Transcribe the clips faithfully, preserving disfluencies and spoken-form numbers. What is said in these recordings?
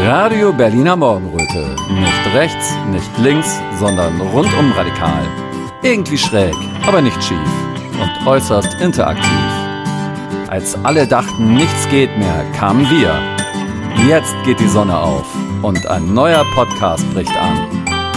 Radio Berliner Morgenröte. Nicht rechts, nicht links, sondern rundum radikal. Irgendwie schräg, aber nicht schief. Und äußerst interaktiv. Als alle dachten, nichts geht mehr, kamen wir. Jetzt geht die Sonne auf und ein neuer Podcast bricht an.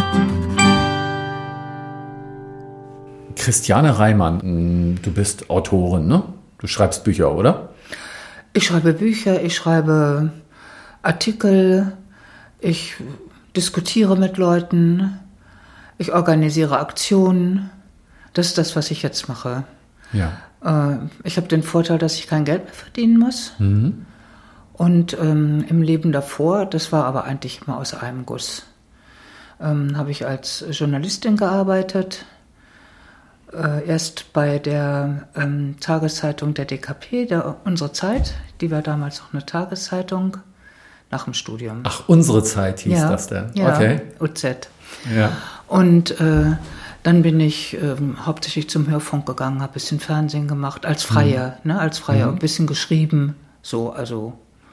Christiane Reimann, du bist Autorin, ne? Du schreibst Bücher, oder? Ich schreibe Bücher, ich schreibe Artikel, ich diskutiere mit Leuten, ich organisiere Aktionen. Das ist das, was ich jetzt mache. Ja. Äh, ich habe den Vorteil, dass ich kein Geld mehr verdienen muss. Mhm. Und ähm, im Leben davor, das war aber eigentlich immer aus einem Guss, ähm, habe ich als Journalistin gearbeitet. Äh, erst bei der ähm, Tageszeitung der D K P, der Unsere Zeit, die war damals auch eine Tageszeitung, nach dem Studium. Ach, Unsere Zeit hieß ja, das denn? Ja, okay. U Z. Ja. Und äh, dann bin ich ähm, hauptsächlich zum Hörfunk gegangen, habe ein bisschen Fernsehen gemacht, als Freier, mhm. ne, als Freier, mhm. ein bisschen geschrieben, so, also.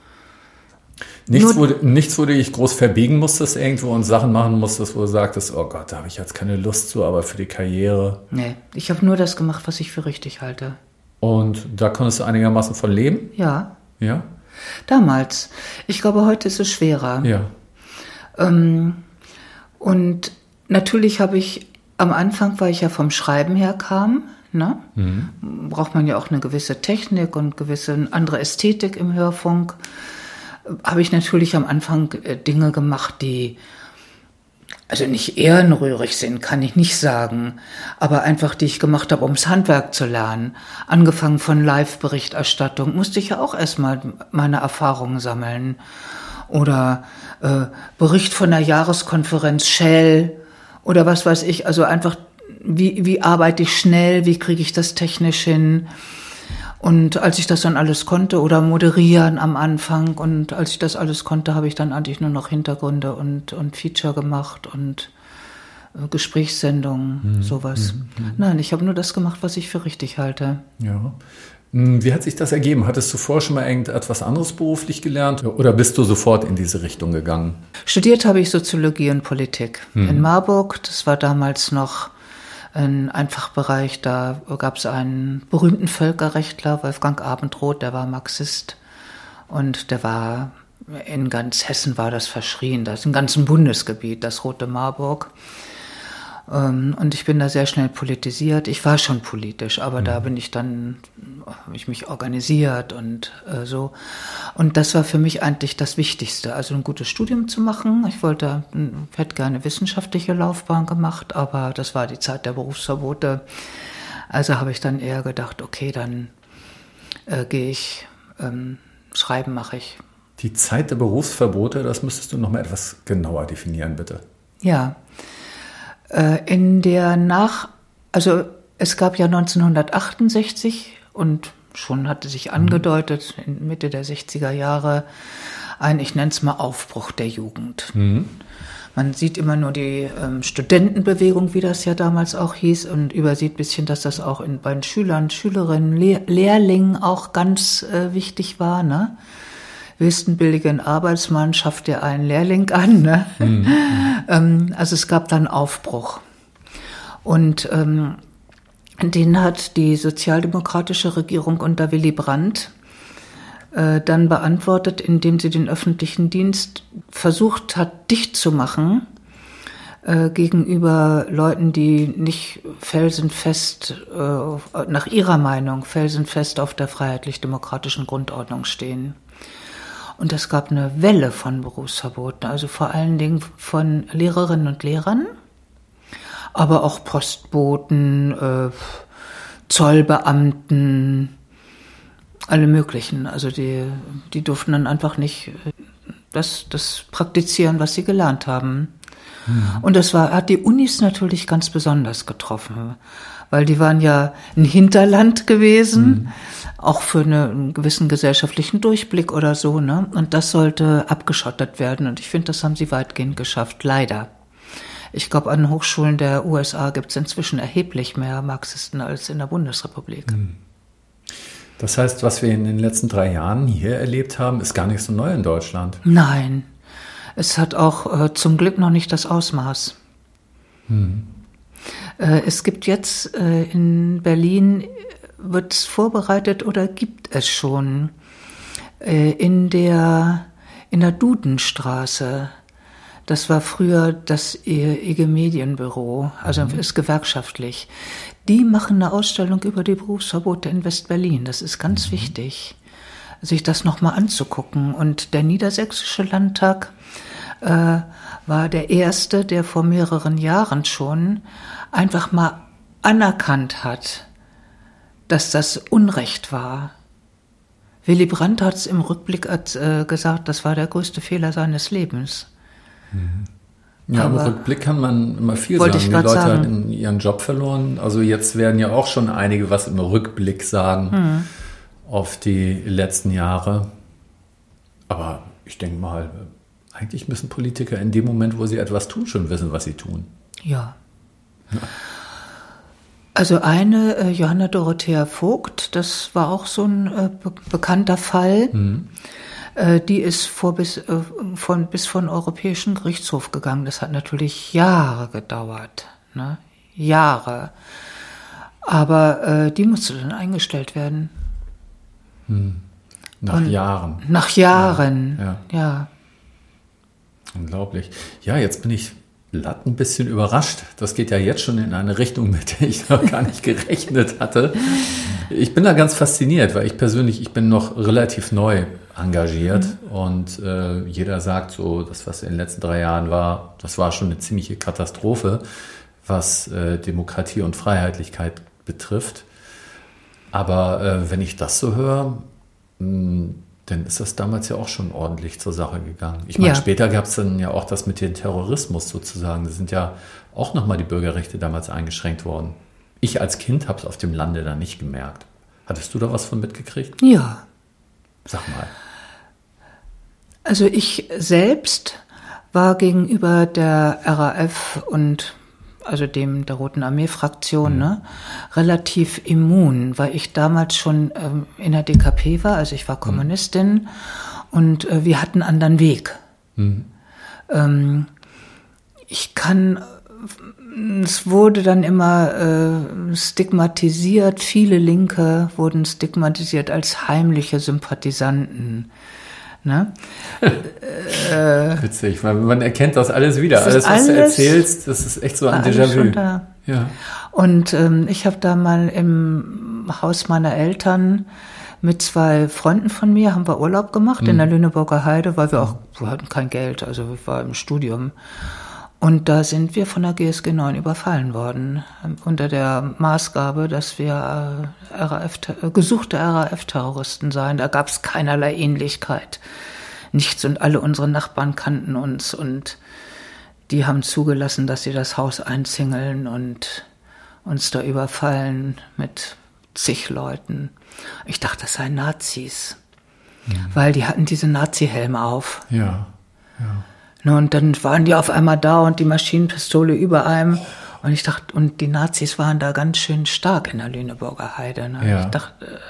Nichts wo, nichts, wo du dich groß verbiegen musstest irgendwo und Sachen machen musstest, wo du sagtest, oh Gott, da habe ich jetzt keine Lust zu, aber für die Karriere. Nee, ich habe nur das gemacht, was ich für richtig halte. Und da konntest du einigermaßen von leben? Ja. Ja? Damals. Ich glaube, heute ist es schwerer. Ja. Ähm, und natürlich habe ich, am Anfang, weil ich ja vom Schreiben her kam, ne? Mhm. Braucht man ja auch eine gewisse Technik und gewisse andere Ästhetik im Hörfunk. Habe ich natürlich am Anfang Dinge gemacht, die also nicht ehrenrührig sind, kann ich nicht sagen, aber einfach, die ich gemacht habe, ums Handwerk zu lernen. Angefangen von Live-Berichterstattung, musste ich ja auch erstmal meine Erfahrungen sammeln. Oder äh, Bericht von der Jahreskonferenz Shell oder was weiß ich, also einfach, wie, wie arbeite ich schnell, wie kriege ich das technisch hin? Und als ich das dann alles konnte, oder moderieren am Anfang, und als ich das alles konnte, habe ich dann eigentlich nur noch Hintergründe und, und Feature gemacht und äh, Gesprächssendungen, mhm. sowas. Mhm. Nein, ich habe nur das gemacht, was ich für richtig halte. Ja. Wie hat sich das ergeben? Hattest du vorher schon mal irgendetwas anderes beruflich gelernt oder bist du sofort in diese Richtung gegangen? Studiert habe ich Soziologie und Politik mhm. in Marburg. Das war damals noch ein Einfachbereich, da gab es einen berühmten Völkerrechtler, Wolfgang Abendroth, der war Marxist und der war, in ganz Hessen war das verschrien, das im ganzen Bundesgebiet, das Rote Marburg. Und ich bin da sehr schnell politisiert. Ich war schon politisch, aber mhm. da bin ich dann, habe ich mich organisiert und äh, so. Und das war für mich eigentlich das Wichtigste, also ein gutes Studium zu machen. Ich wollte, hätte gerne wissenschaftliche Laufbahn gemacht, aber das war die Zeit der Berufsverbote. Also habe ich dann eher gedacht, okay, dann äh, gehe ich, ähm, schreiben mache ich. Die Zeit der Berufsverbote, das müsstest du noch mal etwas genauer definieren, bitte. Ja. In der Nach, also es gab ja neunzehnhundertachtundsechzig und schon hatte sich angedeutet, in Mitte der sechziger Jahre, ein, ich nenne es mal Aufbruch der Jugend. Mhm. Man sieht immer nur die ähm, Studentenbewegung, wie das ja damals auch hieß, und übersieht ein bisschen, dass das auch in, bei den Schülern, Schülerinnen, Lehr- Lehrlingen auch ganz äh, wichtig war, ne? Willst einen billigen Arbeitsmann, schafft dir einen Lehrling an. Ne? Mhm. ähm, also es gab dann Aufbruch. Und ähm, den hat die sozialdemokratische Regierung unter Willy Brandt äh, dann beantwortet, indem sie den öffentlichen Dienst versucht hat, dicht zu machen äh, gegenüber Leuten, die nicht felsenfest, äh, nach ihrer Meinung, felsenfest auf der freiheitlich-demokratischen Grundordnung stehen. Und es gab eine Welle von Berufsverboten, also vor allen Dingen von Lehrerinnen und Lehrern, aber auch Postboten, äh, Zollbeamten, alle möglichen. Also die, die durften dann einfach nicht das, das praktizieren, was sie gelernt haben. Mhm. Und das war, hat die Unis natürlich ganz besonders getroffen, weil die waren ja ein Hinterland gewesen, mhm. auch für eine, einen gewissen gesellschaftlichen Durchblick oder so, ne? Und das sollte abgeschottet werden. Und ich finde, das haben sie weitgehend geschafft, leider. Ich glaube, an Hochschulen der U S A gibt es inzwischen erheblich mehr Marxisten als in der Bundesrepublik. Mhm. Das heißt, was wir in den letzten drei Jahren hier erlebt haben, ist gar nicht so neu in Deutschland. Nein, Es hat auch äh, zum Glück noch nicht das Ausmaß. Hm. Äh, es gibt jetzt äh, in Berlin, wird es vorbereitet oder gibt es schon äh, in der, in der Dudenstraße. Das war früher das I G Medienbüro, also mhm. ist gewerkschaftlich. Die machen eine Ausstellung über die Berufsverbote in West-Berlin. Das ist ganz mhm. wichtig, sich das nochmal anzugucken. Und der Niedersächsische Landtag äh, war der erste, der vor mehreren Jahren schon einfach mal anerkannt hat, dass das Unrecht war. Willy Brandt hat es im Rückblick hat, äh, gesagt, das war der größte Fehler seines Lebens. Ja, aber im Rückblick kann man immer viel sagen. Die Leute sagen. haben ihren Job verloren. Also jetzt werden ja auch schon einige was im Rückblick sagen hm. auf die letzten Jahre. Aber ich denke mal, eigentlich müssen Politiker in dem Moment, wo sie etwas tun, schon wissen, was sie tun. Ja. ja. Also eine, äh, Johanna Dorothea Vogt, das war auch so ein äh, be- bekannter Fall. Hm. Die ist vor bis, von, bis vor den Europäischen Gerichtshof gegangen. Das hat natürlich Jahre gedauert. Ne? Jahre. Aber äh, die musste dann eingestellt werden. Hm. Nach Und Jahren. Nach Jahren, ja, ja. ja. Unglaublich. Ja, jetzt bin ich ein bisschen überrascht. Das geht ja jetzt schon in eine Richtung, mit der ich noch gar nicht gerechnet hatte. Ich bin da ganz fasziniert, weil ich persönlich, ich bin noch relativ neu engagiert mhm. und äh, jeder sagt so, das, was in den letzten drei Jahren war, das war schon eine ziemliche Katastrophe, was äh, Demokratie und Freiheitlichkeit betrifft. Aber äh, wenn ich das so höre, mh, dann ist das damals ja auch schon ordentlich zur Sache gegangen. Ich meine, ja. später gab es dann ja auch das mit dem Terrorismus sozusagen. Da sind ja auch nochmal die Bürgerrechte damals eingeschränkt worden. Ich als Kind habe es auf dem Lande dann nicht gemerkt. Hattest du da was von mitgekriegt? Ja. Sag mal. Also ich selbst war gegenüber der R A F und also dem der Roten Armee-Fraktion, mhm. ne, relativ immun, weil ich damals schon ähm, in der D K P war, also ich war Kommunistin mhm. und äh, wir hatten einen anderen Weg. Mhm. Ähm, ich kann, es wurde dann immer äh, stigmatisiert, viele Linke wurden stigmatisiert als heimliche Sympathisanten. Ne? äh, Witzig, man, man erkennt das alles wieder. Das alles, was alles, du erzählst, das ist echt so ein Déjà-vu. Ja. Und ähm, ich habe da mal im Haus meiner Eltern mit zwei Freunden von mir, haben wir Urlaub gemacht mhm. in der Lüneburger Heide, weil wir auch, wir hatten kein Geld, also wir waren im Studium. Und da sind wir von der G S G neun überfallen worden, unter der Maßgabe, dass wir äh, R A F, äh, gesuchte R A F-Terroristen seien. Da gab es keinerlei Ähnlichkeit. Nichts, und alle unsere Nachbarn kannten uns und die haben zugelassen, dass sie das Haus einzingeln und uns da überfallen mit zig Leuten. Ich dachte, das seien Nazis, mhm. weil die hatten diese Nazi-Helme auf. Ja, ja. Und dann waren die auf einmal da und die Maschinenpistole über einem. Und ich dachte, und die Nazis waren da ganz schön stark in der Lüneburger Heide. Ne? Ja. Ich dachte, äh,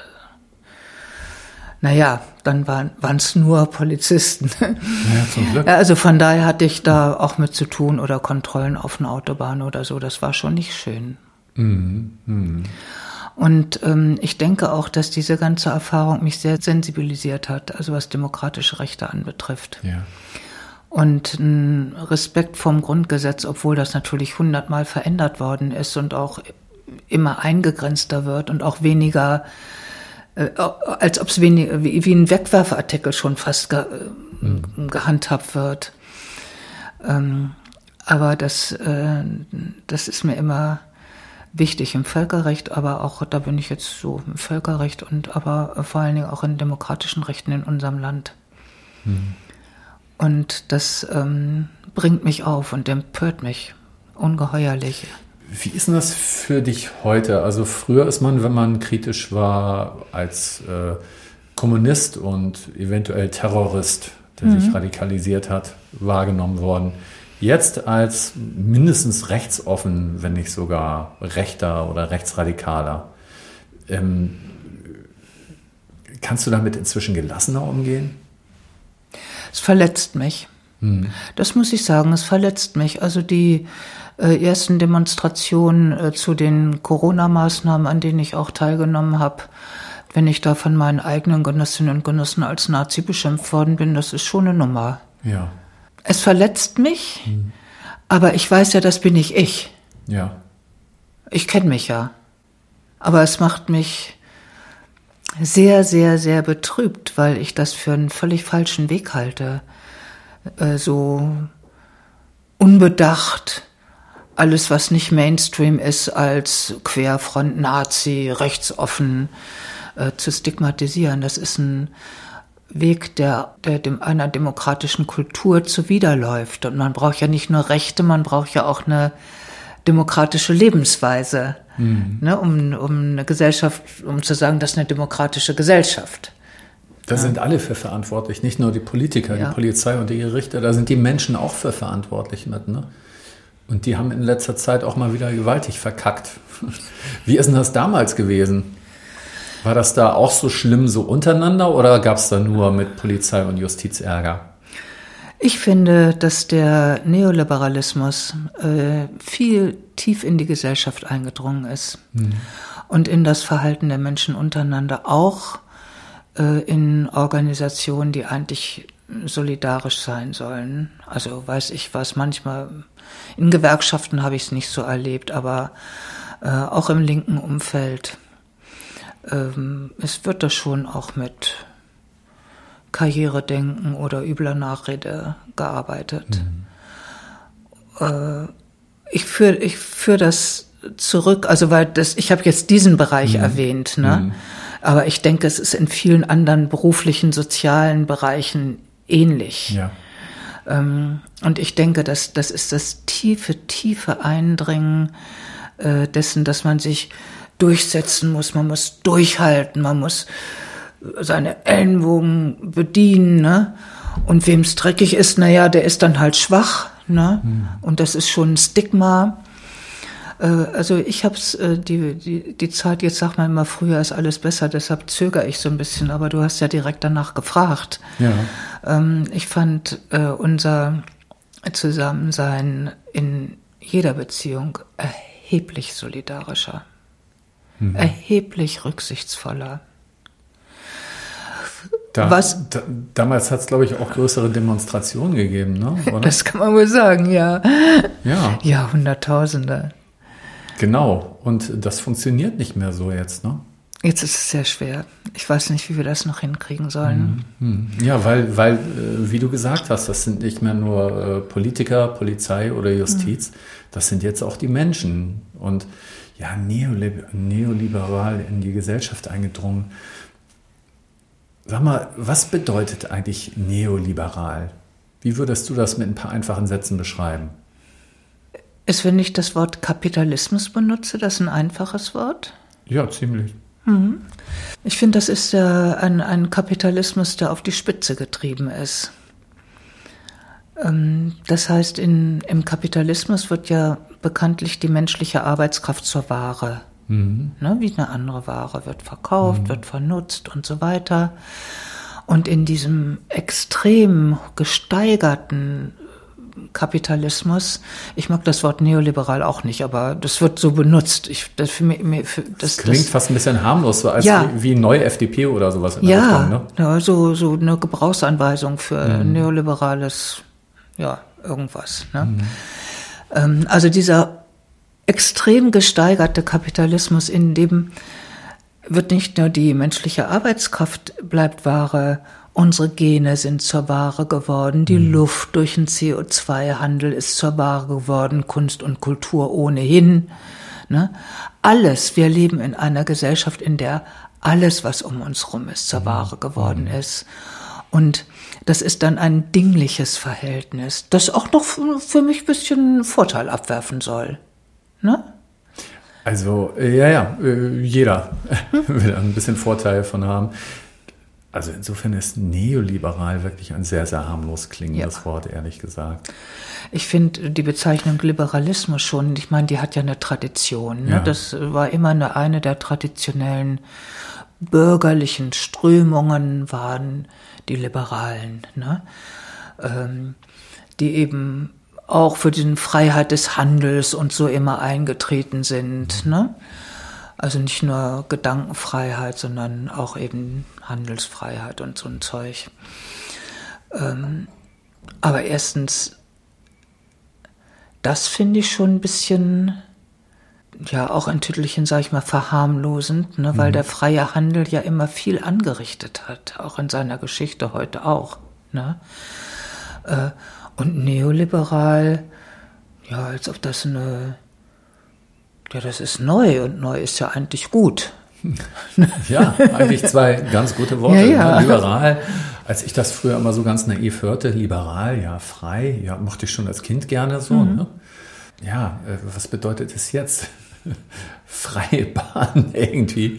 naja, dann waren es nur Polizisten. Ja, zum Glück. Also von daher hatte ich da auch mit zu tun oder Kontrollen auf einer Autobahn oder so. Das war schon nicht schön. Mhm. Mhm. Und ähm, ich denke auch, dass diese ganze Erfahrung mich sehr sensibilisiert hat, also was demokratische Rechte anbetrifft. Ja. Und ein Respekt vorm Grundgesetz, obwohl das natürlich hundertmal verändert worden ist und auch immer eingegrenzter wird und auch weniger, äh, als ob es wie, wie ein Wegwerfartikel schon fast ge, mhm. gehandhabt wird. Ähm, aber das, äh, das ist mir immer wichtig im Völkerrecht, aber auch, da bin ich jetzt so im Völkerrecht und aber vor allen Dingen auch in demokratischen Rechten in unserem Land. Mhm. Und das ähm, bringt mich auf und empört mich ungeheuerlich. Wie ist denn das für dich heute? Also früher ist man, wenn man kritisch war, als äh, Kommunist und eventuell Terrorist, der mhm. sich radikalisiert hat, wahrgenommen worden. Jetzt als mindestens rechtsoffen, wenn nicht sogar rechter oder rechtsradikaler. Ähm, kannst du damit inzwischen gelassener umgehen? Es verletzt mich. Hm. Das muss ich sagen, es verletzt mich. Also die äh, ersten Demonstrationen äh, zu den Corona-Maßnahmen, an denen ich auch teilgenommen habe, wenn ich da von meinen eigenen Genossinnen und Genossen als Nazi beschimpft worden bin, das ist schon eine Nummer. Ja. Es verletzt mich, hm. aber ich weiß ja, das bin nicht ich. Ja. Ich kenne mich ja. Aber es macht mich sehr, sehr, sehr betrübt, weil ich das für einen völlig falschen Weg halte. Äh, so unbedacht alles, was nicht Mainstream ist, als Querfront, Nazi, rechtsoffen äh, zu stigmatisieren. Das ist ein Weg, der, der dem, einer demokratischen Kultur zuwiderläuft. Und man braucht ja nicht nur Rechte, man braucht ja auch eine demokratische Lebensweise, mhm. ne, um, um eine Gesellschaft, um zu sagen, das ist eine demokratische Gesellschaft. Da ja. sind alle für verantwortlich, nicht nur die Politiker, ja. die Polizei und die Richter, da sind die Menschen auch für verantwortlich mit, ne? Und die haben in letzter Zeit auch mal wieder gewaltig verkackt. Wie ist denn das damals gewesen? War das da auch so schlimm, so untereinander, oder gab es da nur mit Polizei und Justiz Ärger? Ich finde, dass der Neoliberalismus äh, viel tief in die Gesellschaft eingedrungen ist mhm. und in das Verhalten der Menschen untereinander, auch äh, in Organisationen, die eigentlich solidarisch sein sollen. Also weiß ich was, manchmal in Gewerkschaften habe ich es nicht so erlebt, aber äh, auch im linken Umfeld. Ähm, es wird da schon auch mit Karrieredenken oder übler Nachrede gearbeitet. Mhm. Äh, ich führe ich führ das zurück, also weil das, ich habe jetzt diesen Bereich mhm. erwähnt, ne? Mhm. Aber ich denke, es ist in vielen anderen beruflichen, sozialen Bereichen ähnlich. Ja. Ähm, und ich denke, dass das ist das tiefe, tiefe Eindringen äh, dessen, dass man sich durchsetzen muss, man muss durchhalten, man muss seine Ellenbogen bedienen, ne? Und wem's dreckig ist, naja, der ist dann halt schwach, ne? Hm. Und das ist schon ein Stigma. Äh, also ich hab's, äh, die, die, die Zeit, jetzt sag mal immer, früher ist alles besser, deshalb zögere ich so ein bisschen, aber du hast ja direkt danach gefragt. Ja. Ähm, ich fand äh, unser Zusammensein in jeder Beziehung erheblich solidarischer, hm. erheblich rücksichtsvoller. Da, Was? Da, damals hat es, glaube ich, auch größere Demonstrationen gegeben, ne? Oder? Das kann man wohl sagen, ja. Ja. Ja, Hunderttausende. Genau. Und das funktioniert nicht mehr so jetzt, ne? Jetzt ist es sehr schwer. Ich weiß nicht, wie wir das noch hinkriegen sollen. Mhm. Ja, weil, weil, wie du gesagt hast, das sind nicht mehr nur Politiker, Polizei oder Justiz, mhm. das sind jetzt auch die Menschen. Und ja, neoliberal in die Gesellschaft eingedrungen. Sag mal, was bedeutet eigentlich neoliberal? Wie würdest du das mit ein paar einfachen Sätzen beschreiben? Ist, wenn ich das Wort Kapitalismus benutze, das ein einfaches Wort? Ja, ziemlich. Mhm. Ich finde, das ist ja ein, ein Kapitalismus, der auf die Spitze getrieben ist. Ähm, das heißt, in, im Kapitalismus wird ja bekanntlich die menschliche Arbeitskraft zur Ware. Mhm. Ne, wie eine andere Ware wird verkauft, mhm. wird vernutzt und so weiter. Und in diesem extrem gesteigerten Kapitalismus, ich mag das Wort neoliberal auch nicht, aber das wird so benutzt. Ich, das, für mich, für, das, das klingt das, fast ein bisschen harmlos, so als ja. wie, wie neue F D P oder sowas in ja, der Richtung, ne? Ja, so, so eine Gebrauchsanweisung für mhm. neoliberales, ja, irgendwas. Ne? Mhm. Ähm, also dieser extrem gesteigerte Kapitalismus, in dem wird nicht nur die menschliche Arbeitskraft bleibt Ware, unsere Gene sind zur Ware geworden, die mhm. Luft durch den C O zwei Handel ist zur Ware geworden, Kunst und Kultur ohnehin. Ne? Alles, wir leben in einer Gesellschaft, in der alles, was um uns rum ist, zur Ware geworden mhm. ist. Und das ist dann ein dingliches Verhältnis, das auch noch für mich ein bisschen Vorteil abwerfen soll. Ne? Also, ja, ja, jeder will ein bisschen Vorteil von haben. Also insofern ist neoliberal wirklich ein sehr, sehr harmlos klingendes ja. Wort, ehrlich gesagt. Ich finde die Bezeichnung Liberalismus schon, ich meine, die hat ja eine Tradition. Ne? Ja. Das war immer eine, eine der traditionellen bürgerlichen Strömungen, waren die Liberalen. Ne? ähm, die eben auch für die Freiheit des Handels und so immer eingetreten sind, ne? Also nicht nur Gedankenfreiheit, sondern auch eben Handelsfreiheit und so ein Zeug. Ähm, aber erstens, das finde ich schon ein bisschen, ja, auch in Tüttelchen, sage ich mal, verharmlosend, ne? Weil mhm. der freie Handel ja immer viel angerichtet hat, auch in seiner Geschichte heute auch, ne? Äh, und neoliberal, ja, als ob das eine, ja, das ist neu und neu ist ja eigentlich gut. Ja, eigentlich zwei ganz gute Worte. Ja, ja. Ne? Liberal, als ich das früher immer so ganz naiv hörte, liberal, ja, frei, ja, mochte ich schon als Kind gerne so. Mhm. Ne? Ja, äh, was bedeutet es jetzt? Freie Bahn irgendwie.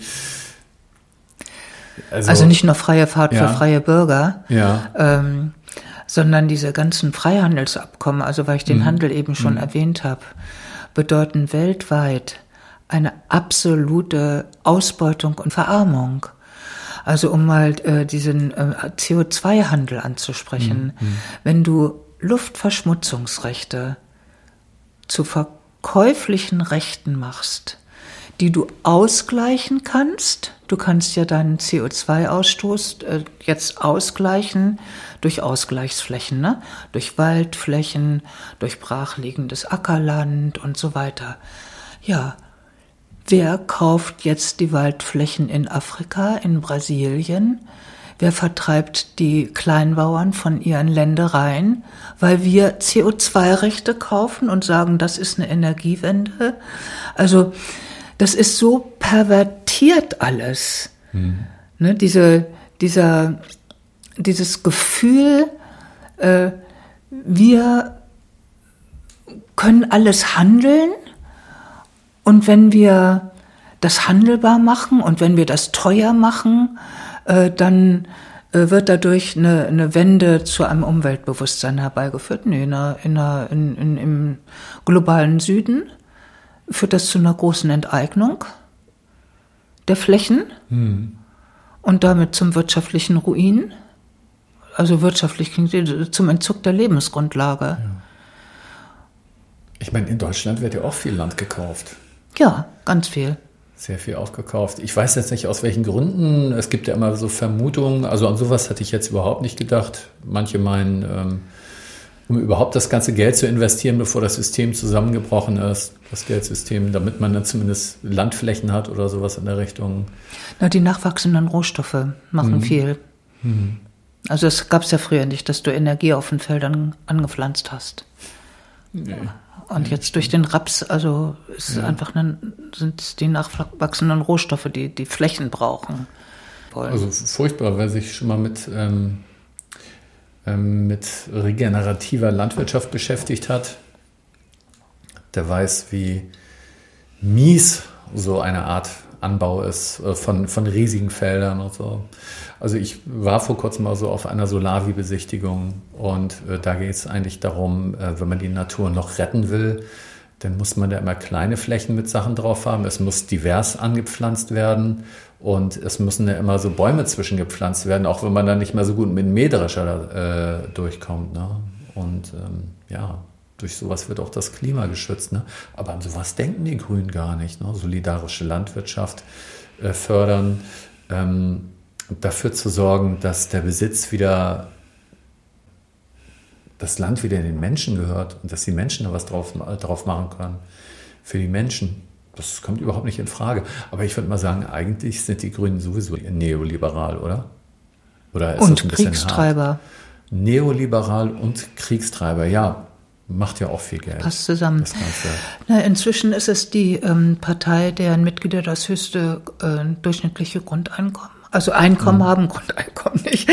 Also, also nicht nur freie Fahrt ja, für freie Bürger, ja. ähm, sondern diese ganzen Freihandelsabkommen, also weil ich den mhm. Handel eben schon mhm. erwähnt habe, bedeuten weltweit eine absolute Ausbeutung und Verarmung. Also um mal äh, diesen äh, C O zwei Handel anzusprechen, mhm. wenn du Luftverschmutzungsrechte zu verkäuflichen Rechten machst, die du ausgleichen kannst. Du kannst ja deinen C O zwei Ausstoß äh, jetzt ausgleichen durch Ausgleichsflächen, ne? Durch Waldflächen, durch brachliegendes Ackerland und so weiter. Ja, wer kauft jetzt die Waldflächen in Afrika, in Brasilien? Wer vertreibt die Kleinbauern von ihren Ländereien, weil wir C O zwei Rechte kaufen und sagen, das ist eine Energiewende? Also das ist so pervertiert alles. Hm. Ne, diese, dieser, dieses Gefühl, äh, wir können alles handeln und wenn wir das handelbar machen und wenn wir das teuer machen, äh, dann äh, wird dadurch eine, eine Wende zu einem Umweltbewusstsein herbeigeführt. Nee, in der, in der, in, in, im globalen Süden führt das zu einer großen Enteignung der Flächen hm. und damit zum wirtschaftlichen Ruin, also wirtschaftlich zum Entzug der Lebensgrundlage. Ja. Ich meine, in Deutschland wird ja auch viel Land gekauft. Ja, ganz viel. Sehr viel aufgekauft. Ich weiß jetzt nicht, aus welchen Gründen. Es gibt ja immer so Vermutungen. Also an sowas hatte ich jetzt überhaupt nicht gedacht. Manche meinen, ähm, um überhaupt das ganze Geld zu investieren, bevor das System zusammengebrochen ist, das Geldsystem, damit man dann zumindest Landflächen hat oder sowas in der Richtung. Na, die nachwachsenden Rohstoffe machen mhm. viel. Mhm. Also es gab es ja früher nicht, dass du Energie auf den Feldern angepflanzt hast. Nee. Und jetzt durch den Raps, also ist ja. einfach eine, sind die nachwachsenden Rohstoffe, die die Flächen brauchen. Wollen. Also furchtbar, wer sich schon mal mit, ähm, ähm, mit regenerativer Landwirtschaft beschäftigt hat, der weiß, wie mies so eine Art Anbau ist äh, von, von riesigen Feldern und so. Also ich war vor kurzem mal so auf einer Solavi-Besichtigung und äh, da geht es eigentlich darum, äh, wenn man die Natur noch retten will, dann muss man da immer kleine Flächen mit Sachen drauf haben. Es muss divers angepflanzt werden und es müssen ja immer so Bäume zwischengepflanzt werden, auch wenn man dann nicht mehr so gut mit dem Mähdrescher äh, durchkommt. Ne? Und ähm, ja, durch sowas wird auch das Klima geschützt. Ne? Aber an sowas denken die Grünen gar nicht. Ne? Solidarische Landwirtschaft äh, fördern, ähm, dafür zu sorgen, dass der Besitz wieder, das Land wieder den Menschen gehört und dass die Menschen da was drauf, drauf machen können. Für die Menschen. Das kommt überhaupt nicht in Frage. Aber ich würde mal sagen, eigentlich sind die Grünen sowieso neoliberal, oder? Oder ist und das ein bisschen Kriegstreiber. Hart? Neoliberal und Kriegstreiber, ja. Macht ja auch viel Geld. Passt zusammen. Das Ganze. Na, inzwischen ist es die ähm, Partei, deren Mitglieder das höchste äh, durchschnittliche Grundeinkommen, also Einkommen hm. haben, Grundeinkommen nicht.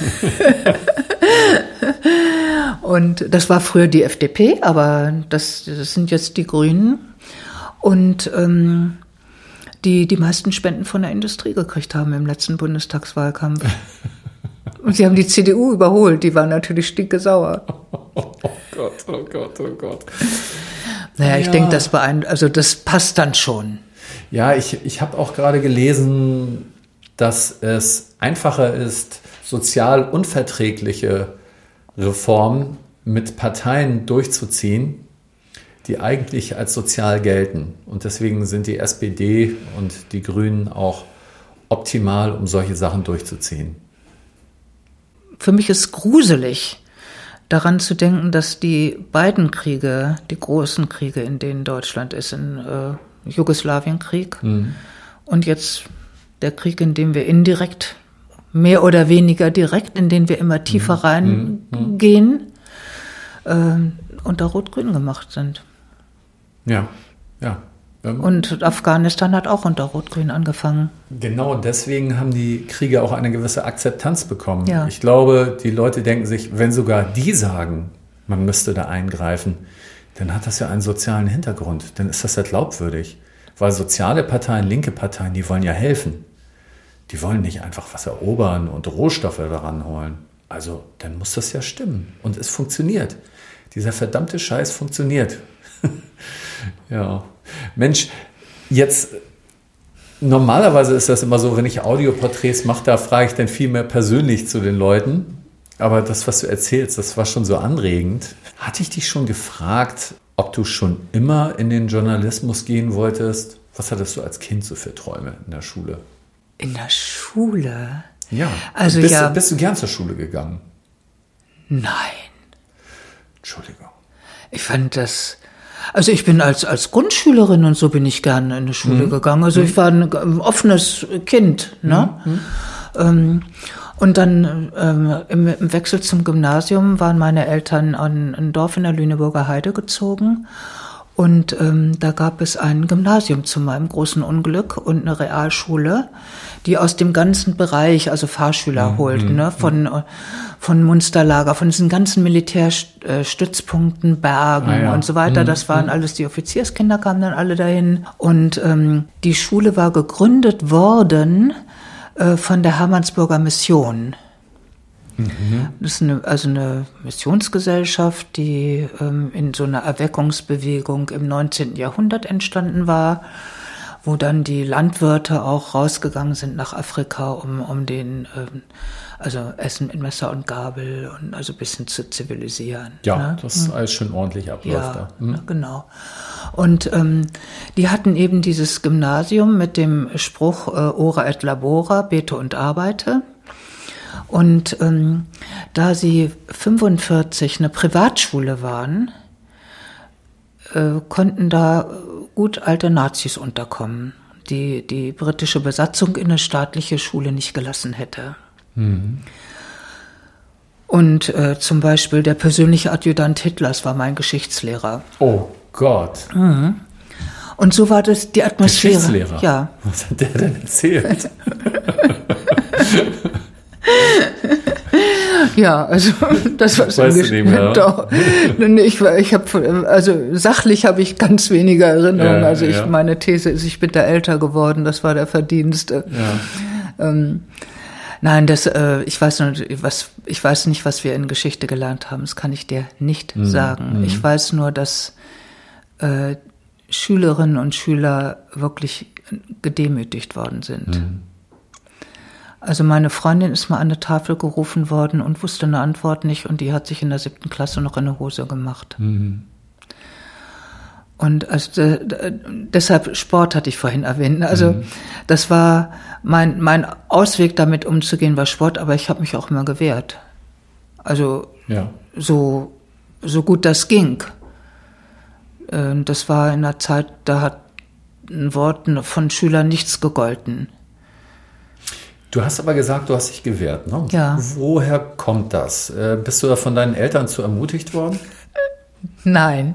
Und das war früher die F D P, aber das, das sind jetzt die Grünen. Und ähm, die die meisten Spenden von der Industrie gekriegt haben im letzten Bundestagswahlkampf. Und sie haben die C D U überholt, die war natürlich stinkesauer. Oh Gott, oh Gott, oh Gott. Naja, ja. ich denke, das beein- also das passt dann schon. Ja, ich, ich habe auch gerade gelesen, dass es einfacher ist, sozial unverträgliche Reformen mit Parteien durchzuziehen, die eigentlich als sozial gelten. Und deswegen sind die S P D und die Grünen auch optimal, um solche Sachen durchzuziehen. Für mich ist gruselig, daran zu denken, dass die beiden Kriege, die großen Kriege, in denen Deutschland ist, in äh, Jugoslawienkrieg mhm. und jetzt der Krieg, in dem wir indirekt, mehr oder weniger direkt, in den wir immer tiefer mhm. reingehen, mhm. äh, unter Rot-Grün gemacht sind. Ja, ja. Und Afghanistan hat auch unter Rot-Grün angefangen. Genau, deswegen haben die Kriege auch eine gewisse Akzeptanz bekommen. Ja. Ich glaube, die Leute denken sich, wenn sogar die sagen, man müsste da eingreifen, dann hat das ja einen sozialen Hintergrund. Dann ist das ja glaubwürdig. Weil soziale Parteien, linke Parteien, die wollen ja helfen. Die wollen nicht einfach was erobern und Rohstoffe daran holen. Also, dann muss das ja stimmen. Und es funktioniert. Dieser verdammte Scheiß funktioniert. Ja. Mensch, jetzt, normalerweise ist das immer so, wenn ich Audioporträts mache, da frage ich dann viel mehr persönlich zu den Leuten. Aber das, was du erzählst, das war schon so anregend. Hatte ich dich schon gefragt, ob du schon immer in den Journalismus gehen wolltest? Was hattest du als Kind so für Träume in der Schule? In der Schule? Ja. Also bist, ja. Bist du gern zur Schule gegangen? Nein. Entschuldigung. Ich fand das... Also ich bin als als Grundschülerin und so bin ich gerne in die Schule mhm. gegangen. Also mhm. ich war ein, ein offenes Kind, ne? Mhm. Ähm, und dann ähm, im, im Wechsel zum Gymnasium waren meine Eltern an ein Dorf in der Lüneburger Heide gezogen. Und ähm, da gab es ein Gymnasium zu meinem großen Unglück und eine Realschule, die aus dem ganzen Bereich, also Fahrschüler mhm. holten, ne, von von Munsterlager, von diesen ganzen Militärstützpunkten, Bergen ah, ja. und so weiter. Das waren mhm. alles die Offizierskinder, kamen dann alle dahin. Und ähm, die Schule war gegründet worden äh, von der Hermannsburger Mission. Mhm. Das ist eine, also eine Missionsgesellschaft, die ähm, in so einer Erweckungsbewegung im neunzehnten Jahrhundert entstanden war, wo dann die Landwirte auch rausgegangen sind nach Afrika, um, um den, ähm, also Essen mit Messer und Gabel und also ein bisschen zu zivilisieren. Ja, ne? das hm. alles schön ordentlich abläuft ja, da. Hm. Genau. Und ähm, die hatten eben dieses Gymnasium mit dem Spruch äh, Ora et labora, bete und arbeite. Und ähm, da sie fünfundvierzig eine Privatschule waren, äh, konnten da gut alte Nazis unterkommen, die die britische Besatzung in eine staatliche Schule nicht gelassen hätte. Mhm. Und äh, zum Beispiel der persönliche Adjutant Hitlers war mein Geschichtslehrer. Oh Gott. Mhm. Und so war das die Atmosphäre. Geschichtslehrer? Ja. Was hat der denn erzählt? Ja, also das war weißt du nicht mehr, doch. Ich, ich habe also sachlich habe ich ganz wenige Erinnerungen. Ja, also ich ja. meine These ist, ich bin da älter geworden. Das war der Verdienst. Ja. Ähm, nein, das äh, ich weiß nur, was ich weiß nicht, was wir in Geschichte gelernt haben. Das kann ich dir nicht mhm. sagen. Ich weiß nur, dass äh, Schülerinnen und Schüler wirklich gedemütigt worden sind. Mhm. Also meine Freundin ist mal an eine Tafel gerufen worden und wusste eine Antwort nicht und die hat sich in der siebten Klasse noch in eine Hose gemacht. Mhm. Und also de, de, deshalb Sport hatte ich vorhin erwähnt. Also mhm. das war mein mein Ausweg, damit umzugehen, war Sport, aber ich habe mich auch immer gewehrt. Also ja. so so gut das ging. Das war in einer Zeit, da hat ein Wort von Schülern nichts gegolten. Du hast aber gesagt, du hast dich gewehrt, ne? Ja. Woher kommt das? Bist du da von deinen Eltern zu ermutigt worden? Nein.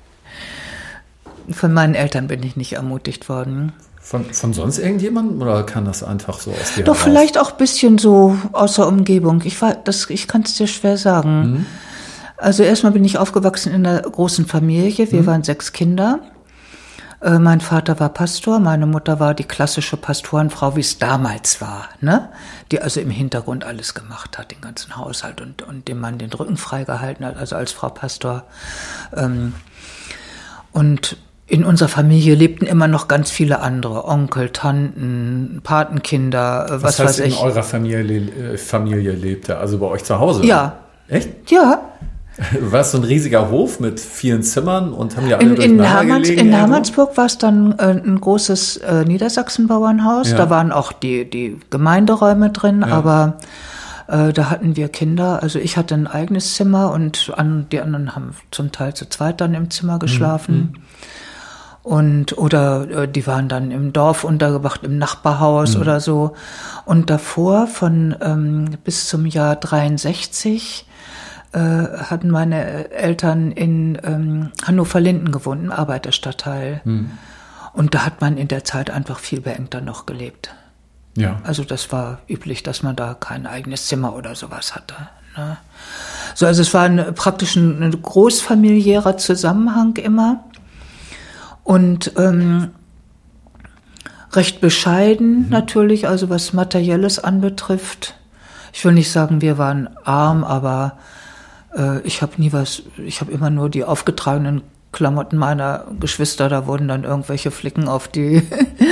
Von meinen Eltern bin ich nicht ermutigt worden. Von, von sonst irgendjemandem oder kann das einfach so aus dir Doch, heraus? vielleicht auch ein bisschen so aus der Umgebung. Ich, war, das, ich kann es dir schwer sagen. Mhm. Also erstmal bin ich aufgewachsen in einer großen Familie. Wir mhm. waren sechs Kinder. Mein Vater war Pastor, meine Mutter war die klassische Pastorenfrau, wie es damals war, ne? Die also im Hintergrund alles gemacht hat, den ganzen Haushalt und, und dem Mann den Rücken freigehalten hat, also als Frau Pastor. Und in unserer Familie lebten immer noch ganz viele andere, Onkel, Tanten, Patenkinder, was, was heißt, weiß ich. In eurer Familie, Familie lebte, also bei euch zu Hause? Ja, Echt? Ja. War es so ein riesiger Hof mit vielen Zimmern und haben ja alle In, in, durcheinander Hermanns, gelegen? in irgendwo? Hermannsburg war es dann äh, ein großes äh, Niedersachsenbauernhaus. Ja. Da waren auch die, die Gemeinderäume drin, Ja. aber äh, da hatten wir Kinder. Also ich hatte ein eigenes Zimmer und an, die anderen haben zum Teil zu zweit dann im Zimmer geschlafen. Mhm. Und oder äh, die waren dann im Dorf untergebracht, im Nachbarhaus Mhm. oder so. Und davor von ähm, bis zum Jahr dreiundsechzig äh, hatten meine Eltern in ähm, Hannover-Linden gewohnt, im Arbeiterstadtteil. Mhm. Und da hat man in der Zeit einfach viel beengter noch gelebt. Ja. Also das war üblich, dass man da kein eigenes Zimmer oder sowas hatte. Ne? So, also es war eine, praktisch ein, ein großfamiliärer Zusammenhang immer. Und ähm, recht bescheiden mhm. natürlich, also was Materielles anbetrifft. Ich will nicht sagen, wir waren arm, aber äh, ich habe nie was, ich habe immer nur die aufgetragenen Klamotten meiner Geschwister, da wurden dann irgendwelche Flicken auf die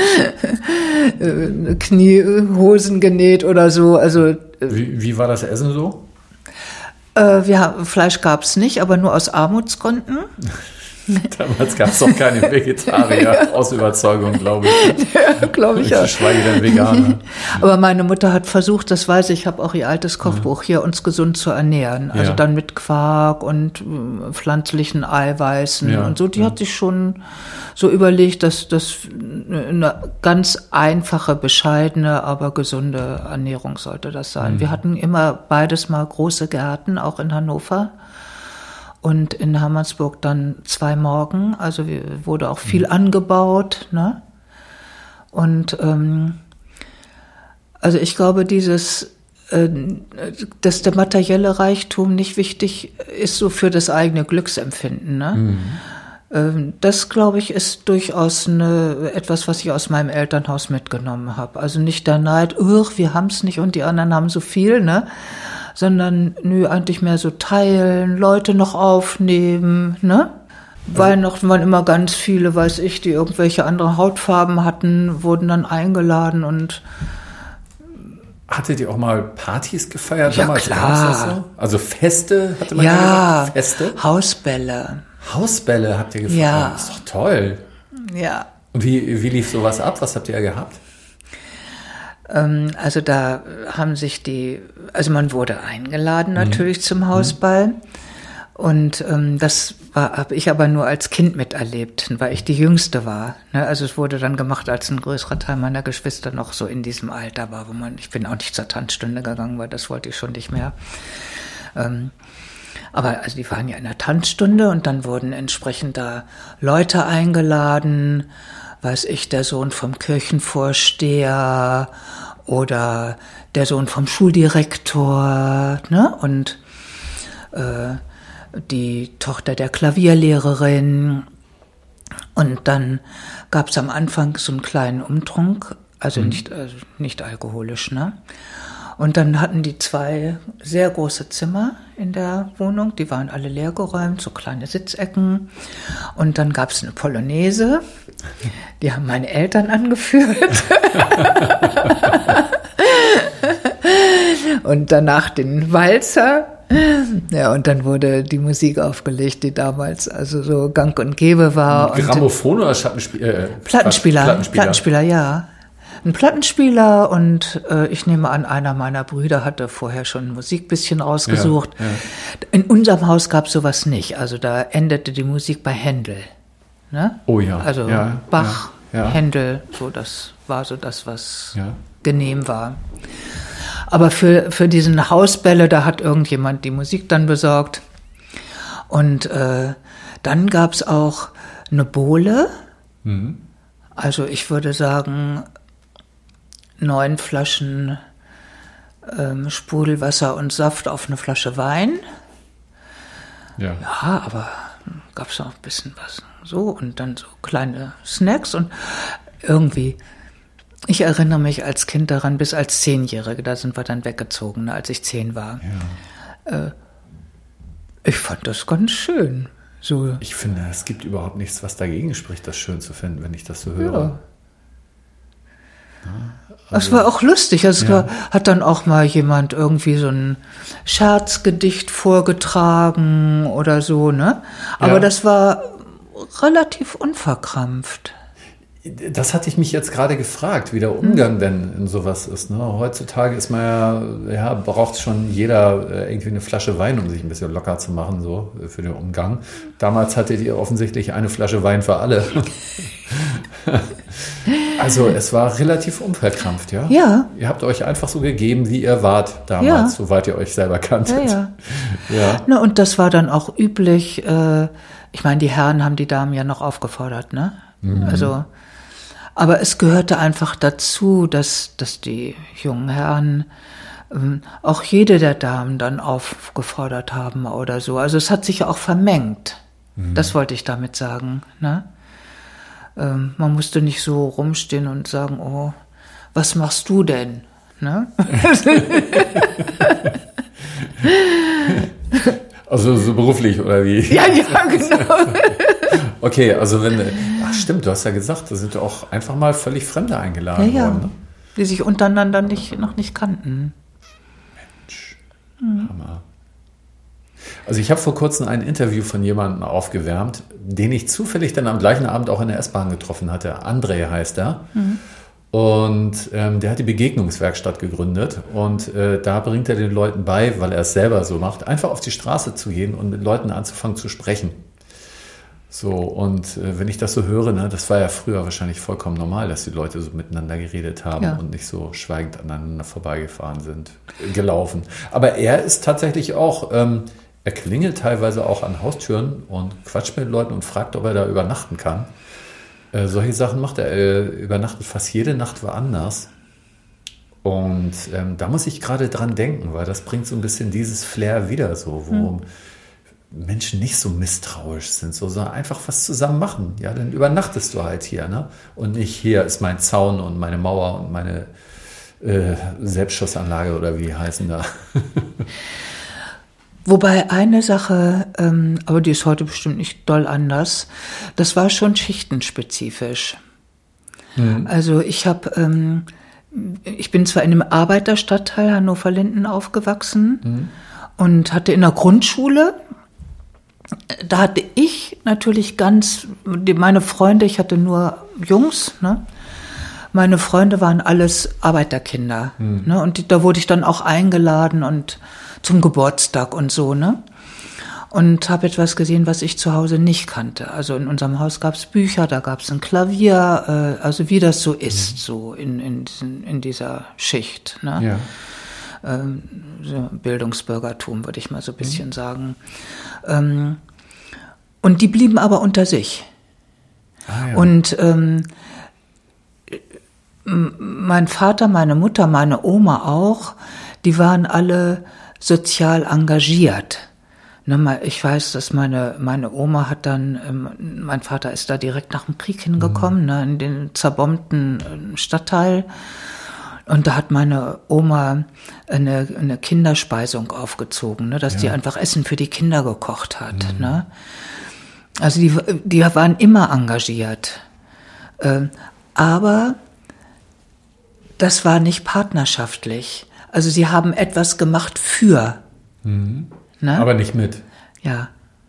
Kniehosen genäht oder so. Also äh, Wie, wie war das Essen so? äh, wir, Fleisch gab's nicht, aber nur aus Armutsgründen. Damals gab es auch keine Vegetarier aus Überzeugung, glaube ich. Ja, glaube ich ja. Geschweige denn Veganer. Aber meine Mutter hat versucht, das weiß ich, ich habe auch ihr altes Kochbuch hier, uns gesund zu ernähren. Also Ja. dann mit Quark und äh, pflanzlichen Eiweißen Ja, und so. Die ja. hat sich schon so überlegt, dass das eine ganz einfache, bescheidene, aber gesunde Ernährung sollte das sein. Mhm. Wir hatten immer beides mal große Gärten, auch in Hannover. Und in Hermannsburg dann zwei Morgen, also wurde auch viel mhm. angebaut, ne? Und ähm, also ich glaube, dieses, äh, dass der materielle Reichtum nicht wichtig ist so für das eigene Glücksempfinden, ne? Mhm. Ähm, das, glaube ich, ist durchaus eine, etwas, was ich aus meinem Elternhaus mitgenommen habe. Also nicht der Neid, uch, wir haben's nicht und die anderen haben so viel, ne? Sondern nö, eigentlich mehr so teilen, Leute noch aufnehmen, ne? Weihnachten waren immer ganz viele, weiß ich, die irgendwelche andere Hautfarben hatten, wurden dann eingeladen und Hattet ihr auch mal Partys gefeiert ja, damals? Klar. Das so? Also Feste, hatte man ja, ja gesagt? Feste? Hausbälle. Hausbälle habt ihr gefeiert? Ja. Das ist doch toll. Ja. Und wie, wie lief sowas ab? Was habt ihr gehabt? Also da haben sich die, also man wurde eingeladen natürlich mhm. zum Hausball mhm. und ähm, das habe ich aber nur als Kind miterlebt, weil ich die Jüngste war. Ne? Also es wurde dann gemacht, als ein größerer Teil meiner Geschwister noch so in diesem Alter war, wo man, ich bin auch nicht zur Tanzstunde gegangen, weil das wollte ich schon nicht mehr. Ähm, aber also die waren ja in der Tanzstunde und dann wurden entsprechend da Leute eingeladen, weiß ich, der Sohn vom Kirchenvorsteher oder der Sohn vom Schuldirektor, ne? Und äh, die Tochter der Klavierlehrerin. Und dann gab es am Anfang so einen kleinen Umtrunk, also mhm. nicht, also nicht alkoholisch, ne? Und dann hatten die zwei sehr große Zimmer in der Wohnung, die waren alle leergeräumt, so kleine Sitzecken. Und dann gab es eine Polonaise, die haben meine Eltern angeführt. Und danach den Walzer. Ja, und dann wurde die Musik aufgelegt, die damals also so gang und gäbe war. Grammophon oder Schattenspiel, äh, Plattenspieler? Plattenspieler? Plattenspieler, ja. Ein Plattenspieler und äh, ich nehme an, einer meiner Brüder hatte vorher schon Musik bisschen rausgesucht. Ja, ja. In unserem Haus gab es sowas nicht. Also da endete die Musik bei Händel. Ne? Oh ja. Also ja, Bach, ja, ja. Händel, so das war so das, was ja. genehm war. Aber für, für diesen Hausbälle, da hat irgendjemand die Musik dann besorgt. Und äh, dann gab es auch eine Bowle. Mhm. Also ich würde sagen, neun Flaschen ähm, Sprudelwasser und Saft auf eine Flasche Wein. Ja, ja, aber gab es noch ein bisschen was. So, und dann so kleine Snacks und irgendwie, ich erinnere mich als Kind daran, bis als Zehnjährige, da sind wir dann weggezogen, ne, als ich zehn war. Ja. Äh, ich fand das ganz schön. So. Ich finde, es gibt überhaupt nichts, was dagegen spricht, das schön zu finden, wenn ich das so höre. Also, es war auch lustig. Also ja. es war, hat dann auch mal jemand irgendwie so ein Scherzgedicht vorgetragen oder so, ne? Aber ja. das war relativ unverkrampft. Das hatte ich mich jetzt gerade gefragt, wie der Umgang hm. denn in sowas ist. Ne? Heutzutage ist man ja, ja, braucht schon jeder irgendwie eine Flasche Wein, um sich ein bisschen locker zu machen, so für den Umgang. Damals hattet ihr offensichtlich eine Flasche Wein für alle. Also es war relativ unverkrampft, ja? Ja. Ihr habt euch einfach so gegeben, wie ihr wart damals, ja. soweit ihr euch selber kanntet. Ja, ja. ja. Na, und das war dann auch üblich. Äh, ich meine, die Herren haben die Damen ja noch aufgefordert, ne? Mhm. Also, aber es gehörte einfach dazu, dass, dass die jungen Herren ähm, auch jede der Damen dann aufgefordert haben oder so. Also es hat sich auch vermengt. Mhm. Das wollte ich damit sagen, ne? Ähm, man musste nicht so rumstehen und sagen, oh, was machst du denn? Ne? Also so beruflich oder wie? Ja, ja, genau. Okay, also wenn, ach stimmt, du hast ja gesagt, da sind auch einfach mal völlig Fremde eingeladen ja, ja. worden. Ne? Die sich untereinander nicht, noch nicht kannten. Mensch, hm. Hammer. Also ich habe vor kurzem ein Interview von jemandem aufgewärmt, den ich zufällig dann am gleichen Abend auch in der S-Bahn getroffen hatte. André heißt er. Mhm. Und ähm, der hat die Begegnungswerkstatt gegründet. Und äh, da bringt er den Leuten bei, weil er es selber so macht, einfach auf die Straße zu gehen und mit Leuten anzufangen zu sprechen. So, und äh, wenn ich das so höre, ne, das war ja früher wahrscheinlich vollkommen normal, dass die Leute so miteinander geredet haben ja. und nicht so schweigend aneinander vorbeigefahren sind, gelaufen. Aber er ist tatsächlich auch... Ähm, Er klingelt teilweise auch an Haustüren und quatscht mit Leuten und fragt, ob er da übernachten kann. Äh, solche Sachen macht er. Er übernachtet fast jede Nacht woanders. Und ähm, da muss ich gerade dran denken, weil das bringt so ein bisschen dieses Flair wieder so, wo hm. Menschen nicht so misstrauisch sind, so, sondern einfach was zusammen machen. Ja, dann übernachtest du halt hier, ne? Und nicht, hier ist mein Zaun und meine Mauer und meine äh, Selbstschussanlage oder wie heißen da. Wobei eine Sache, ähm, aber die ist heute bestimmt nicht doll anders, das war schon schichtenspezifisch. Mhm. Also ich habe, ähm, ich bin zwar in einem Arbeiterstadtteil Hannover-Linden aufgewachsen mhm. und hatte in der Grundschule, da hatte ich natürlich ganz, die, meine Freunde, ich hatte nur Jungs, ne? Meine Freunde waren alles Arbeiterkinder, mhm. ne? Und die, da wurde ich dann auch eingeladen und zum Geburtstag und so, ne? Und habe etwas gesehen, was ich zu Hause nicht kannte. Also in unserem Haus gab es Bücher, da gab es ein Klavier, äh, also wie das so ist, mhm. so in, in, in dieser Schicht, ne? Ja. Ähm, so Bildungsbürgertum, würde ich mal so ein bisschen mhm. sagen. Ähm, und die blieben aber unter sich. Ah, ja. Und ähm, mein Vater, meine Mutter, meine Oma auch, die waren alle sozial engagiert. Ich weiß, dass meine, meine Oma hat dann, mein Vater ist da direkt nach dem Krieg hingekommen, mhm. in den zerbombten Stadtteil. Und da hat meine Oma eine, eine Kinderspeisung aufgezogen, dass ja. die einfach Essen für die Kinder gekocht hat. Mhm. Also die, die waren immer engagiert. Aber das war nicht partnerschaftlich. Also sie haben etwas gemacht für. Mhm. Ne? Aber nicht mit. Ja.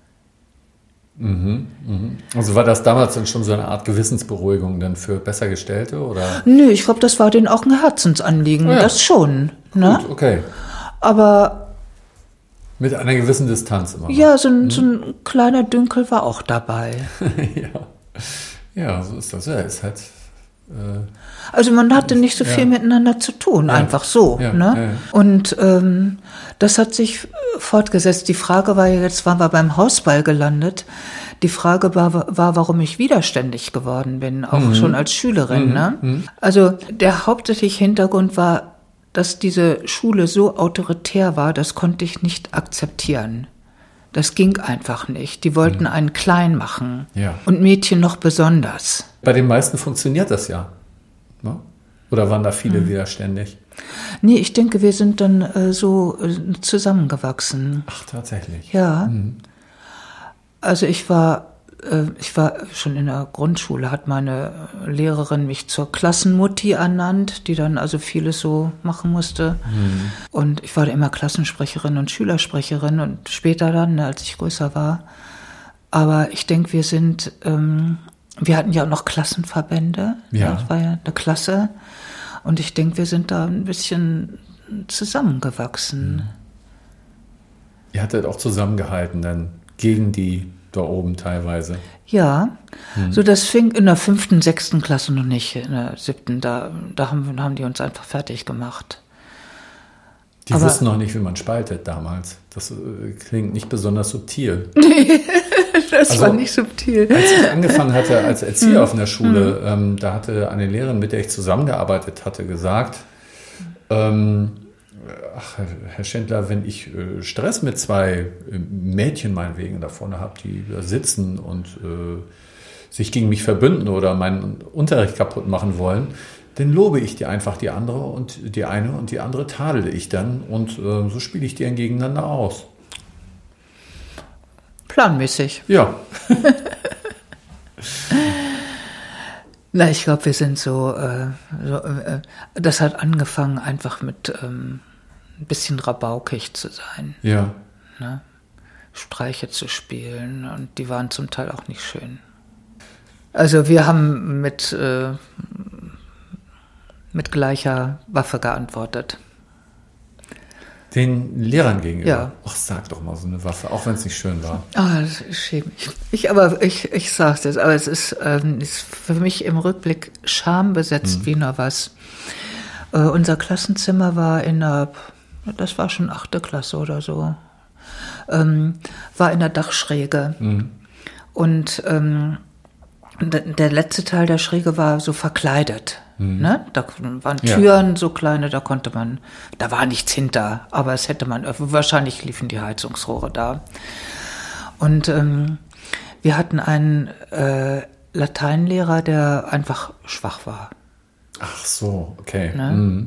Mhm, mhm. Also war das damals dann schon so eine Art Gewissensberuhigung dann für Bessergestellte, oder? Nö, ich glaube, das war denen auch ein Herzensanliegen. Oh ja. Das schon. Ne? Gut, okay. Aber mit einer gewissen Distanz immer. Ja, so ein, hm? so ein kleiner Dünkel war auch dabei. ja. ja, so ist das. Ja, ist halt... Also man hatte nicht so viel ja. miteinander zu tun, ja. einfach so. Ja. Ne? Ja. Und ähm, das hat sich fortgesetzt. Die Frage war ja, jetzt waren wir beim Hausball gelandet. Die Frage war, war warum ich widerständig geworden bin, auch mhm. schon als Schülerin. Mhm. Ne? Mhm. Also der hauptsächliche Hintergrund war, dass diese Schule so autoritär war, das konnte ich nicht akzeptieren. Das ging einfach nicht. Die wollten mhm. einen klein machen. Ja. Und Mädchen noch besonders. Bei den meisten funktioniert das ja. Ne? Oder waren da viele mhm. widerständig? Nee, ich denke, wir sind dann äh, so äh, zusammengewachsen. Ach, tatsächlich? Ja. Mhm. Also ich war ich war schon in der Grundschule, hat meine Lehrerin mich zur Klassenmutti ernannt, die dann also vieles so machen musste. Mhm. Und ich war immer Klassensprecherin und Schülersprecherin und später dann, als ich größer war. Aber ich denke, wir sind, ähm, wir hatten ja auch noch Klassenverbände. Ja. Das war ja eine Klasse. Und ich denke, wir sind da ein bisschen zusammengewachsen. Mhm. Ihr hattet auch zusammengehalten dann gegen die da oben teilweise. Ja, hm. so das fing in der fünften, sechsten Klasse noch nicht, in der siebten, da, da haben, haben die uns einfach fertig gemacht. Die Aber wussten noch nicht, wie man spaltet damals. Das äh, klingt nicht besonders subtil. das also, war nicht subtil. Als ich angefangen hatte als Erzieher hm. auf einer Schule, hm. ähm, da hatte eine Lehrerin, mit der ich zusammengearbeitet hatte, gesagt, ähm, ach, Herr Schindler, wenn ich äh, Stress mit zwei äh, Mädchen meinetwegen da vorne habe, die da sitzen und äh, sich gegen mich verbünden oder meinen Unterricht kaputt machen wollen, dann lobe ich die einfach die andere und die eine und die andere tadele ich dann und äh, so spiele ich die dann gegeneinander aus. Planmäßig. Ja. Na, ich glaube, wir sind so, äh, so äh, das hat angefangen einfach mit ähm, ein bisschen rabaukig zu sein. Ja. Ne? Streiche zu spielen und die waren zum Teil auch nicht schön. Also wir haben mit, äh, mit gleicher Waffe geantwortet. Den Lehrern gegenüber? Ja. Ach, sag doch mal so eine Waffe, auch wenn es nicht schön war. Ah, das schäme ich. Ich aber ich, ich sag's jetzt, aber es ist, ähm, ist für mich im Rückblick schambesetzt hm. wie nur was. Äh, unser Klassenzimmer war in der, das war schon achte Klasse oder so, ähm, war in der Dachschräge. Hm. Und ähm, der letzte Teil der Schräge war so verkleidet. Mhm. Ne? Da waren Türen, ja. so kleine, da konnte man, da war nichts hinter, aber es hätte man, wahrscheinlich liefen die Heizungsrohre da. Und ähm, wir hatten einen äh, Lateinlehrer, der einfach schwach war. Ach so, okay. Ne? Mhm.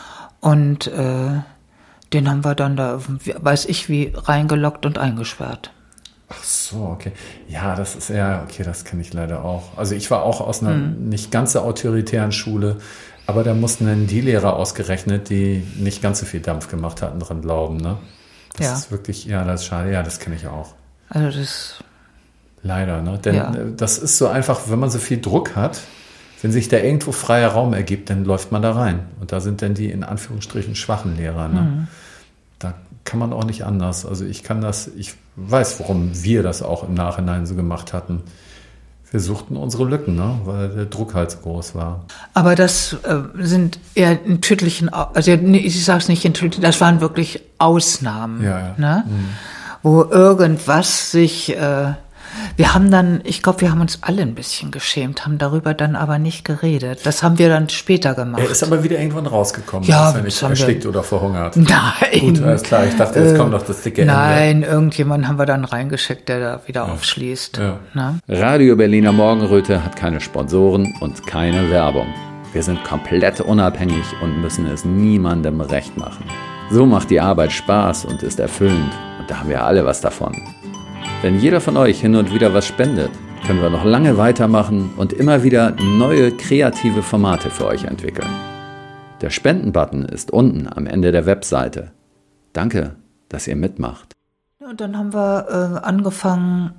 Und äh, den haben wir dann da, weiß ich wie, reingelockt und eingesperrt. Ach so, okay. Ja, das ist ja, okay, das kenne ich leider auch. Also ich war auch aus einer hm. nicht ganz so autoritären Schule, aber da mussten dann die Lehrer ausgerechnet, die nicht ganz so viel Dampf gemacht hatten, dran glauben, ne? Das ja. ist wirklich, ja, das ist schade. Ja, das kenne ich auch. Also das... Leider, ne? Denn ja. das ist so einfach, wenn man so viel Druck hat, wenn sich da irgendwo freier Raum ergibt, dann läuft man da rein. Und da sind dann die in Anführungsstrichen schwachen Lehrer, ne? Hm. Da kann man auch nicht anders. Also ich kann das, ich weiß, warum wir das auch im Nachhinein so gemacht hatten. Wir suchten unsere Lücken, ne? Weil der Druck halt so groß war. Aber das äh, sind eher in tödlichen, also ich sage es nicht in tödlichen, das waren wirklich Ausnahmen, ja, ja. Ne? Mhm. Wo irgendwas sich, äh, wir haben dann, ich glaube, wir haben uns alle ein bisschen geschämt, haben darüber dann aber nicht geredet. Das haben wir dann später gemacht. Er ist aber wieder irgendwann rausgekommen, ja, dass er nicht erstickt oder verhungert. Nein. Gut, alles klar. Ich dachte, jetzt äh, kommt noch das dicke Ende. Nein, irgendjemanden haben wir dann reingeschickt, der da wieder ja. aufschließt. Ja. Ne? Radio Berliner Morgenröte hat keine Sponsoren und keine Werbung. Wir sind komplett unabhängig und müssen es niemandem recht machen. So macht die Arbeit Spaß und ist erfüllend. Und da haben wir alle was davon. Wenn jeder von euch hin und wieder was spendet, können wir noch lange weitermachen und immer wieder neue kreative Formate für euch entwickeln. Der Spenden-Button ist unten am Ende der Webseite. Danke, dass ihr mitmacht. Und dann haben wir äh, angefangen,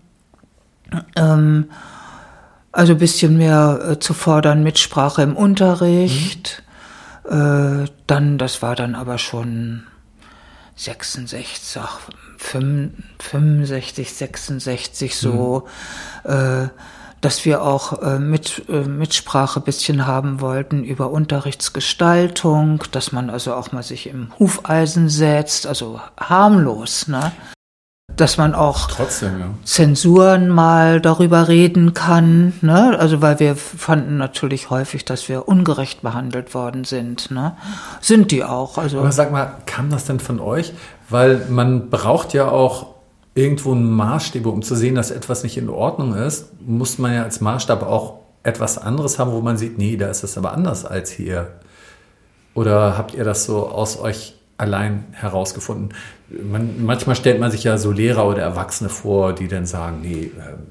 ähm, also ein bisschen mehr äh, zu fordern, Mitsprache im Unterricht. Mhm. Äh, dann, das war dann aber schon sechsundsechzig, fünfundsechzig, sechsundsechzig so, mhm. äh, dass wir auch äh, mit, äh, Mitsprache ein bisschen haben wollten über Unterrichtsgestaltung, dass man also auch mal sich im Hufeisen setzt, also harmlos, ne? Dass man auch Trotzdem, ja. Zensuren mal darüber reden kann, ne? Also weil wir fanden natürlich häufig, dass wir ungerecht behandelt worden sind, ne? Sind die auch. Also. Aber sag mal, kam das denn von euch? Weil man braucht ja auch irgendwo einen Maßstab, um zu sehen, dass etwas nicht in Ordnung ist, muss man ja als Maßstab auch etwas anderes haben, wo man sieht, nee, da ist es aber anders als hier. Oder habt ihr das so aus euch allein herausgefunden? Man, manchmal stellt man sich ja so Lehrer oder Erwachsene vor, die dann sagen, nee,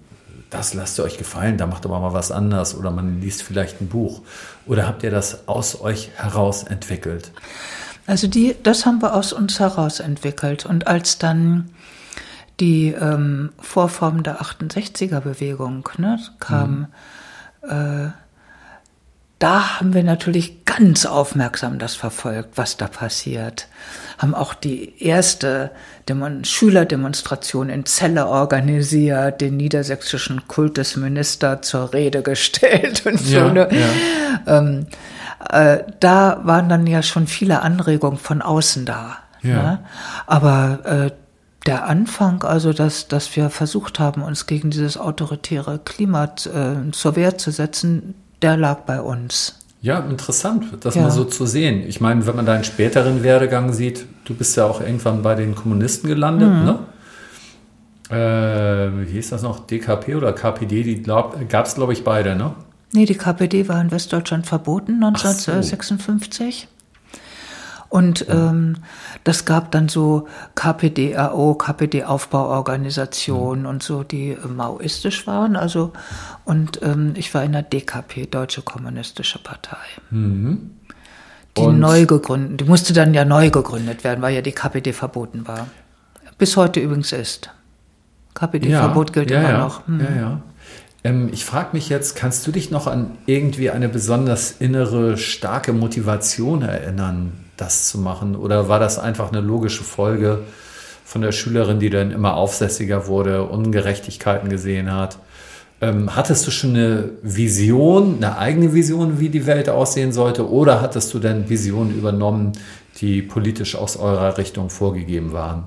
das lasst ihr euch gefallen, da macht aber mal was anders oder man liest vielleicht ein Buch? Oder habt ihr das aus euch heraus entwickelt? Also die, das haben wir aus uns heraus entwickelt. Und als dann die ähm, Vorform der achtundsechziger-Bewegung ne, kam, mhm. äh, da haben wir natürlich ganz aufmerksam das verfolgt, was da passiert. Haben auch die erste Demon- Schülerdemonstration in Celle organisiert, den niedersächsischen Kultusminister zur Rede gestellt und so. Ja, ne? ja. Ähm, äh, da waren dann ja schon viele Anregungen von außen da. Ja. Ne? Aber äh, der Anfang, also dass, dass wir versucht haben, uns gegen dieses autoritäre Klima äh, zur Wehr zu setzen, der lag bei uns. Ja, interessant, das Ja. mal so zu sehen. Ich meine, wenn man deinen späteren Werdegang sieht, du bist ja auch irgendwann bei den Kommunisten gelandet, Mhm. ne? Äh, wie hieß das noch? D K P oder K P D? Die gab es, glaube ich, beide, ne? Nee, die K P D war in Westdeutschland verboten neunzehnhundertsechsundfünfzig. Und ähm, das gab dann so K P D R O, K P D-Aufbauorganisationen mhm. und so, die äh, maoistisch waren. Also und ähm, ich war in der D K P, Deutsche Kommunistische Partei. Mhm. Die Und neu gegründet, die musste dann ja neu gegründet werden, weil ja die K P D verboten war. Bis heute übrigens ist. K P D-Verbot ja, gilt ja, immer ja, noch. Hm. Ja, ja. Ähm, ich frage mich jetzt, kannst du dich noch an irgendwie eine besonders innere, starke Motivation erinnern, das zu machen? Oder war das einfach eine logische Folge von der Schülerin, die dann immer aufsässiger wurde, Ungerechtigkeiten gesehen hat? Ähm, hattest du schon eine Vision, eine eigene Vision, wie die Welt aussehen sollte? Oder hattest du denn Visionen übernommen, die politisch aus eurer Richtung vorgegeben waren?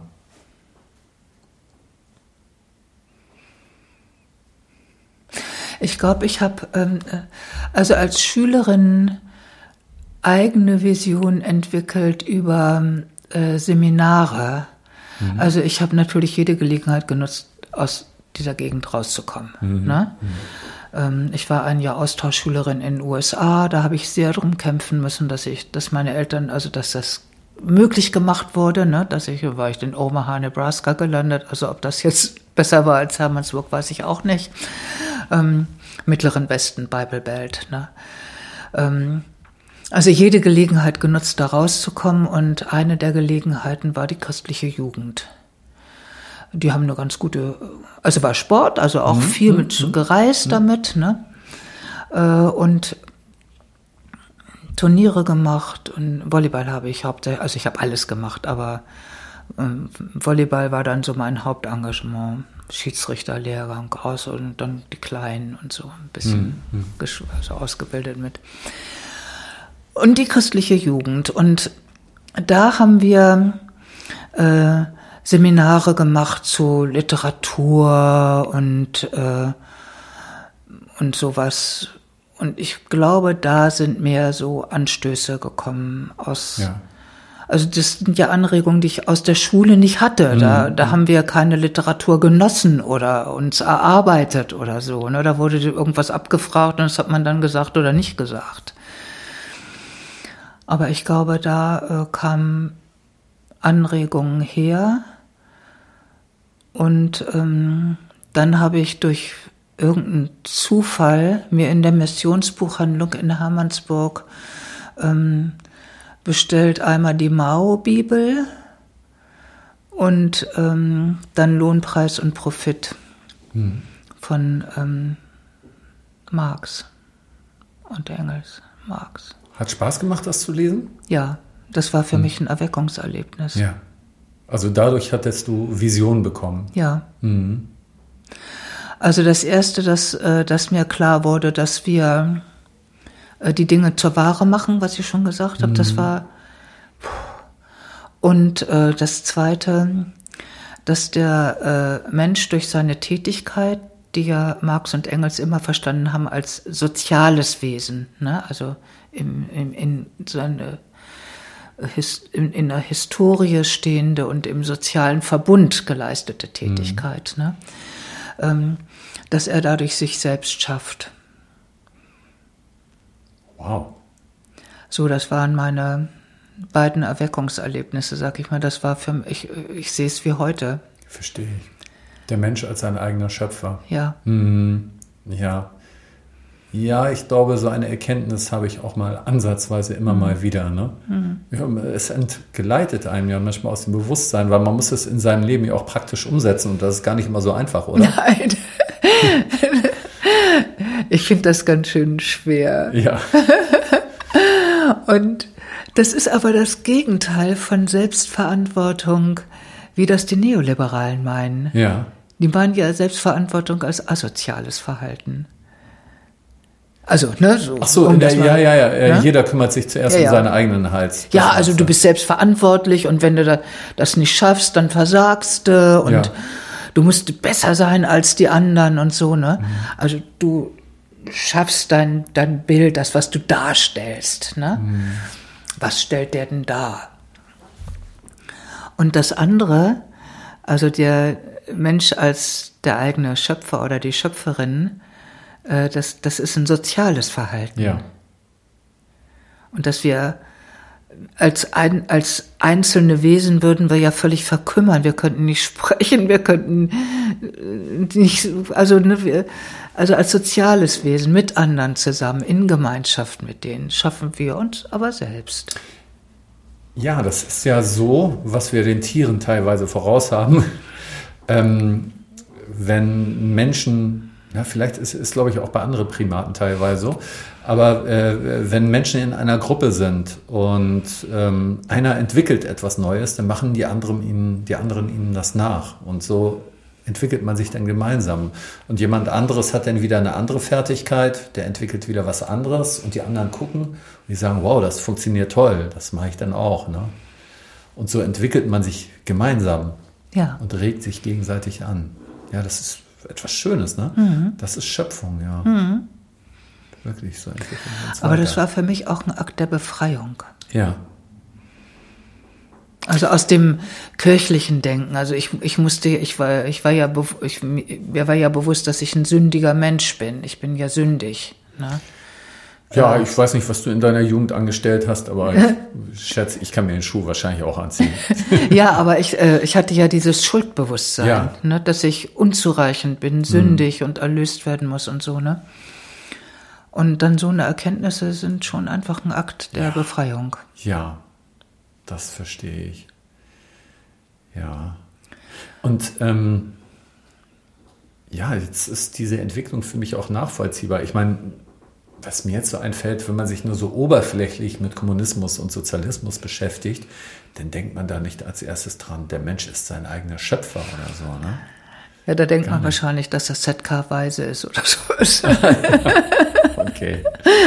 Ich glaube, ich habe ähm, also als Schülerin eigene Vision entwickelt über äh, Seminare. Mhm. Also ich habe natürlich jede Gelegenheit genutzt, aus dieser Gegend rauszukommen. Mhm. Ne? Mhm. Ähm, ich war ein Jahr Austauschschülerin in den U S A, da habe ich sehr drum kämpfen müssen, dass ich, dass meine Eltern, also dass das möglich gemacht wurde, ne? Dass ich, war ich in Omaha, Nebraska gelandet, also ob das jetzt besser war als Hermannsburg, weiß ich auch nicht. Ähm, Mittleren Westen, Bible Belt. Ne? Ähm, also jede Gelegenheit genutzt, da rauszukommen, und eine der Gelegenheiten war die christliche Jugend. Die haben eine ganz gute, also war Sport, also auch mhm. viel mit mhm. gereist mhm. damit, ne? Äh, und Turniere gemacht, und Volleyball habe ich hauptsächlich, also ich habe alles gemacht, aber ähm, Volleyball war dann so mein Hauptengagement. Schiedsrichterlehrgang aus und dann die Kleinen und so ein bisschen mhm. gesch- also ausgebildet mit. Und die christliche Jugend. Und da haben wir äh, Seminare gemacht zu Literatur und, äh, und sowas. Und ich glaube, da sind mehr so Anstöße gekommen aus... Ja. Also das sind ja Anregungen, die ich aus der Schule nicht hatte. Da, mhm. da haben wir keine Literatur genossen oder uns erarbeitet oder so. Ne? Da wurde irgendwas abgefragt und das hat man dann gesagt oder nicht gesagt. Aber ich glaube, da äh, kamen Anregungen her. Und ähm, dann habe ich durch irgendeinen Zufall mir in der Missionsbuchhandlung in Hermannsburg ähm, bestellt einmal die Mao-Bibel und ähm, dann Lohnpreis und Profit hm. von ähm, Marx und Engels. Marx. Hat Spaß gemacht, das zu lesen? Ja, das war für hm. mich ein Erweckungserlebnis. Ja. Also dadurch hattest du Vision bekommen. Ja. Mhm. Also das Erste, dass, äh, dass mir klar wurde, dass wir die Dinge zur Ware machen, was ich schon gesagt habe, mhm. das war... Und äh, das Zweite, dass der äh, Mensch durch seine Tätigkeit, die ja Marx und Engels immer verstanden haben als soziales Wesen, ne? Also im, im, in seine in, in der Historie stehende und im sozialen Verbund geleistete Tätigkeit, mhm. ne? Ähm, dass er dadurch sich selbst schafft. Wow. So, das waren meine beiden Erweckungserlebnisse, sag ich mal. Das war für mich, ich, ich sehe es wie heute. Verstehe ich. Der Mensch als sein eigener Schöpfer. Ja. Hm, ja. Ja, ich glaube, so eine Erkenntnis habe ich auch mal ansatzweise immer mhm. mal wieder. Ne? Mhm. Ja, es entgleitet einem ja manchmal aus dem Bewusstsein, weil man muss es in seinem Leben ja auch praktisch umsetzen und das ist gar nicht immer so einfach, oder? Nein. Ich finde das ganz schön schwer. Ja. Und das ist aber das Gegenteil von Selbstverantwortung, wie das die Neoliberalen meinen. Ja. Die meinen ja Selbstverantwortung als asoziales Verhalten. Also, ne, so. Ach so, um der, mal, ja, ja, ja, ne? Jeder kümmert sich zuerst ja, ja. um seinen eigenen Hals. Ja, also du bist selbstverantwortlich und wenn du da, das nicht schaffst, dann versagst du und ja. du musst besser sein als die anderen und so, ne? Mhm. Also du schaffst dein, dein Bild, das, was du darstellst, ne? Mhm. Was stellt der denn dar? Und das andere, also der Mensch als der eigene Schöpfer oder die Schöpferin, Das, das ist ein soziales Verhalten. Ja. Und dass wir als, ein, als einzelne Wesen würden wir ja völlig verkümmern. Wir könnten nicht sprechen, wir könnten nicht, also, ne, wir, also als soziales Wesen mit anderen zusammen, in Gemeinschaft mit denen, schaffen wir uns aber selbst. Ja, das ist ja so, was wir den Tieren teilweise voraus haben. Ähm, wenn Menschen Ja, vielleicht ist es, glaube ich, auch bei anderen Primaten teilweise so. Aber äh, wenn Menschen in einer Gruppe sind und ähm, einer entwickelt etwas Neues, dann machen die anderen ihnen, die anderen ihnen das nach. Und so entwickelt man sich dann gemeinsam. Und jemand anderes hat dann wieder eine andere Fertigkeit, der entwickelt wieder was anderes und die anderen gucken und die sagen, wow, das funktioniert toll, das mache ich dann auch. Ne? Und so entwickelt man sich gemeinsam ja. und regt sich gegenseitig an. Ja, das ist etwas Schönes, ne? Mhm. Das ist Schöpfung, ja. Mhm. Wirklich so entwickeln wir uns Aber weiter. das war für mich auch ein Akt der Befreiung. Ja. Also aus dem kirchlichen Denken. Also ich, ich musste, ich war, ich war ja, ich, mir war ja bewusst, dass ich ein sündiger Mensch bin. Ich bin ja sündig. Ne? Ja, ich weiß nicht, was du in deiner Jugend angestellt hast, aber ich schätze, ich kann mir den Schuh wahrscheinlich auch anziehen. Ja, aber ich, äh, ich hatte ja dieses Schuldbewusstsein, ja. ne, dass ich unzureichend bin, sündig mhm. und erlöst werden muss und so, ne? Und dann so eine Erkenntnisse sind schon einfach ein Akt der ja. Befreiung. Ja, das verstehe ich. Ja. Und ähm, ja, jetzt ist diese Entwicklung für mich auch nachvollziehbar. Ich meine, was mir jetzt so einfällt, wenn man sich nur so oberflächlich mit Kommunismus und Sozialismus beschäftigt, dann denkt man da nicht als erstes dran, der Mensch ist sein eigener Schöpfer oder so, ne? Ja, da denkt Gar man nicht. wahrscheinlich, dass das Z K weise ist oder so. Okay.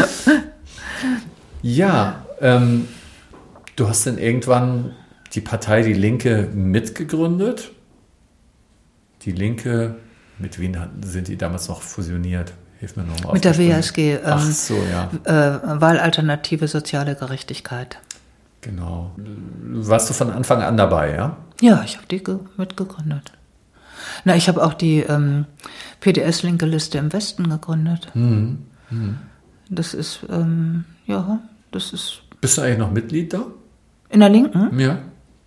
Ja, ähm, du hast dann irgendwann die Partei Die Linke mitgegründet. Die Linke, mit wen sind die damals noch fusioniert? Hilf mir nochmal. Mit der W A S G. Ähm, Ach so, ja. Äh, Wahlalternative Soziale Gerechtigkeit. Genau. Warst du von Anfang an dabei, ja? Ja, ich habe die ge- mitgegründet. Na, ich habe auch die ähm, P D S-Linke Liste im Westen gegründet. Mhm. Mhm. Das ist, ähm, ja, das ist... Bist du eigentlich noch Mitglied da? In der Linken? Ja.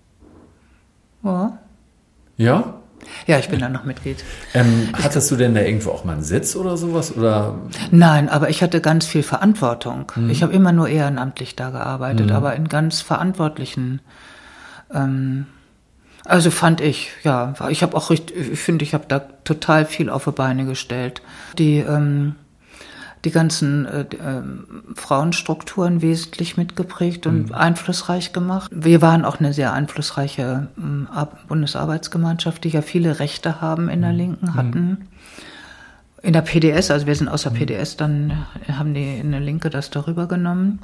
Ja. Ja? Ja, ich bin da noch Mitglied. Ähm, hattest du denn da irgendwo auch mal einen Sitz oder sowas? Oder? Nein, aber ich hatte ganz viel Verantwortung. Mhm. Ich habe immer nur ehrenamtlich da gearbeitet, Mhm. aber in ganz verantwortlichen... Ähm, also fand ich, ja, ich habe auch richtig, ich finde, ich habe da total viel auf die Beine gestellt. Die, ähm, die ganzen äh, äh, Frauenstrukturen wesentlich mitgeprägt und mhm. einflussreich gemacht. Wir waren auch eine sehr einflussreiche äh, Bundesarbeitsgemeinschaft, die ja viele Rechte haben in der Linken, hatten. In der P D S, also wir sind aus der mhm. P D S, dann haben die in der Linke das darüber genommen.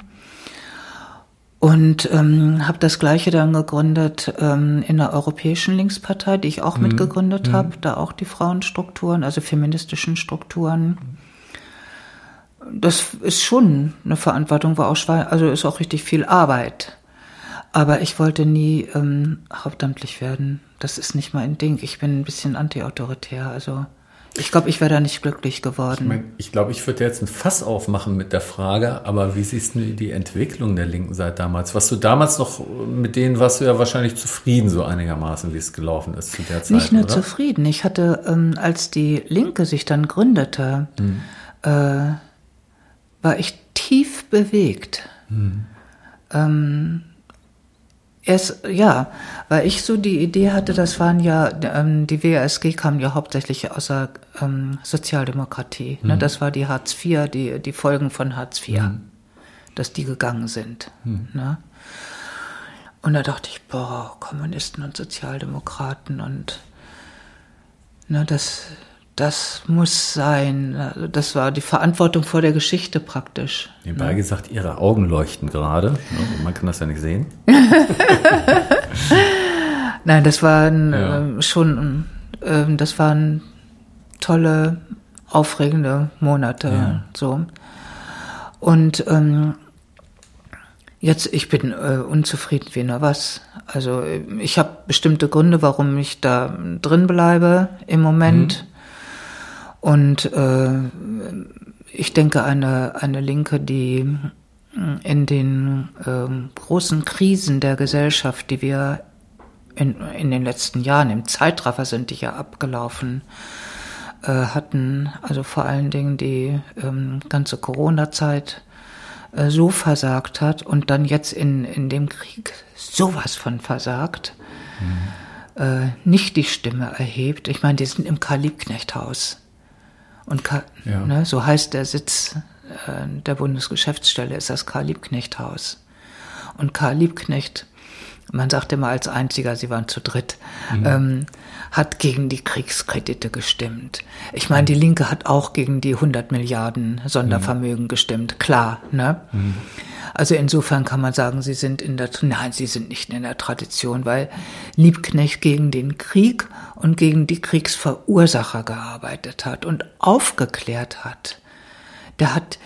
Und ähm, habe das Gleiche dann gegründet ähm, in der Europäischen Linkspartei, die ich auch mhm. mitgegründet mhm. habe, da auch die Frauenstrukturen, also feministischen Strukturen. Das ist schon eine Verantwortung, war auch schwer, also ist auch richtig viel Arbeit. Aber ich wollte nie ähm, hauptamtlich werden. Das ist nicht mein Ding. Ich bin ein bisschen antiautoritär, also Ich glaube, ich wäre da nicht glücklich geworden. Ich meine, ich glaube, ich würde jetzt ein Fass aufmachen mit der Frage, aber wie siehst du die Entwicklung der Linken seit damals? Was du damals noch, mit denen warst du ja wahrscheinlich zufrieden, so einigermaßen, wie es gelaufen ist zu der Zeit, Nicht nur oder? zufrieden. Ich hatte, ähm, als die Linke sich dann gründete, hm. äh, war ich tief bewegt. Hm. Ähm, Erst, ja, weil ich so die Idee hatte, das waren ja, ähm, die W A S G kamen ja hauptsächlich aus der ähm, Sozialdemokratie. Mhm. Ne? Das war die Hartz vier, die, die Folgen von Hartz vier, mhm. dass die gegangen sind. Mhm. Ne? Und da dachte ich, boah, Kommunisten und Sozialdemokraten und ne, das, das muss sein. Das war die Verantwortung vor der Geschichte praktisch. Nebenbei ne? gesagt, ihre Augen leuchten gerade. Ne? Man kann das ja nicht sehen. Nein, das waren ja. äh, schon, äh, das waren tolle, aufregende Monate. Ja. So. Und ähm, jetzt, ich bin äh, unzufrieden wie nur was. Also ich habe bestimmte Gründe, warum ich da drin bleibe im Moment. Mhm. Und äh, ich denke, eine, eine Linke, die in den äh, großen Krisen der Gesellschaft, die wir in, in den letzten Jahren, im Zeitraffer sind die ja abgelaufen, äh, hatten, also vor allen Dingen die ähm, ganze Corona-Zeit äh, so versagt hat und dann jetzt in, in dem Krieg sowas von versagt, mhm. äh, nicht die Stimme erhebt. Ich meine, die sind im Karl-Liebknecht-Haus. Und Karl, ja. ne, so heißt der Sitz äh, der Bundesgeschäftsstelle, ist das Karl-Liebknecht-Haus. Und Karl Liebknecht, man sagt immer als einziger, sie waren zu dritt, mhm. ähm, hat gegen die Kriegskredite gestimmt. Ich meine, die Linke hat auch gegen die hundert Milliarden Sondervermögen mhm. gestimmt, klar. Ne? Mhm. Also insofern kann man sagen, sie sind in der, nein, sie sind nicht in der Tradition, weil Liebknecht gegen den Krieg und gegen die Kriegsverursacher gearbeitet hat und aufgeklärt hat. Der hat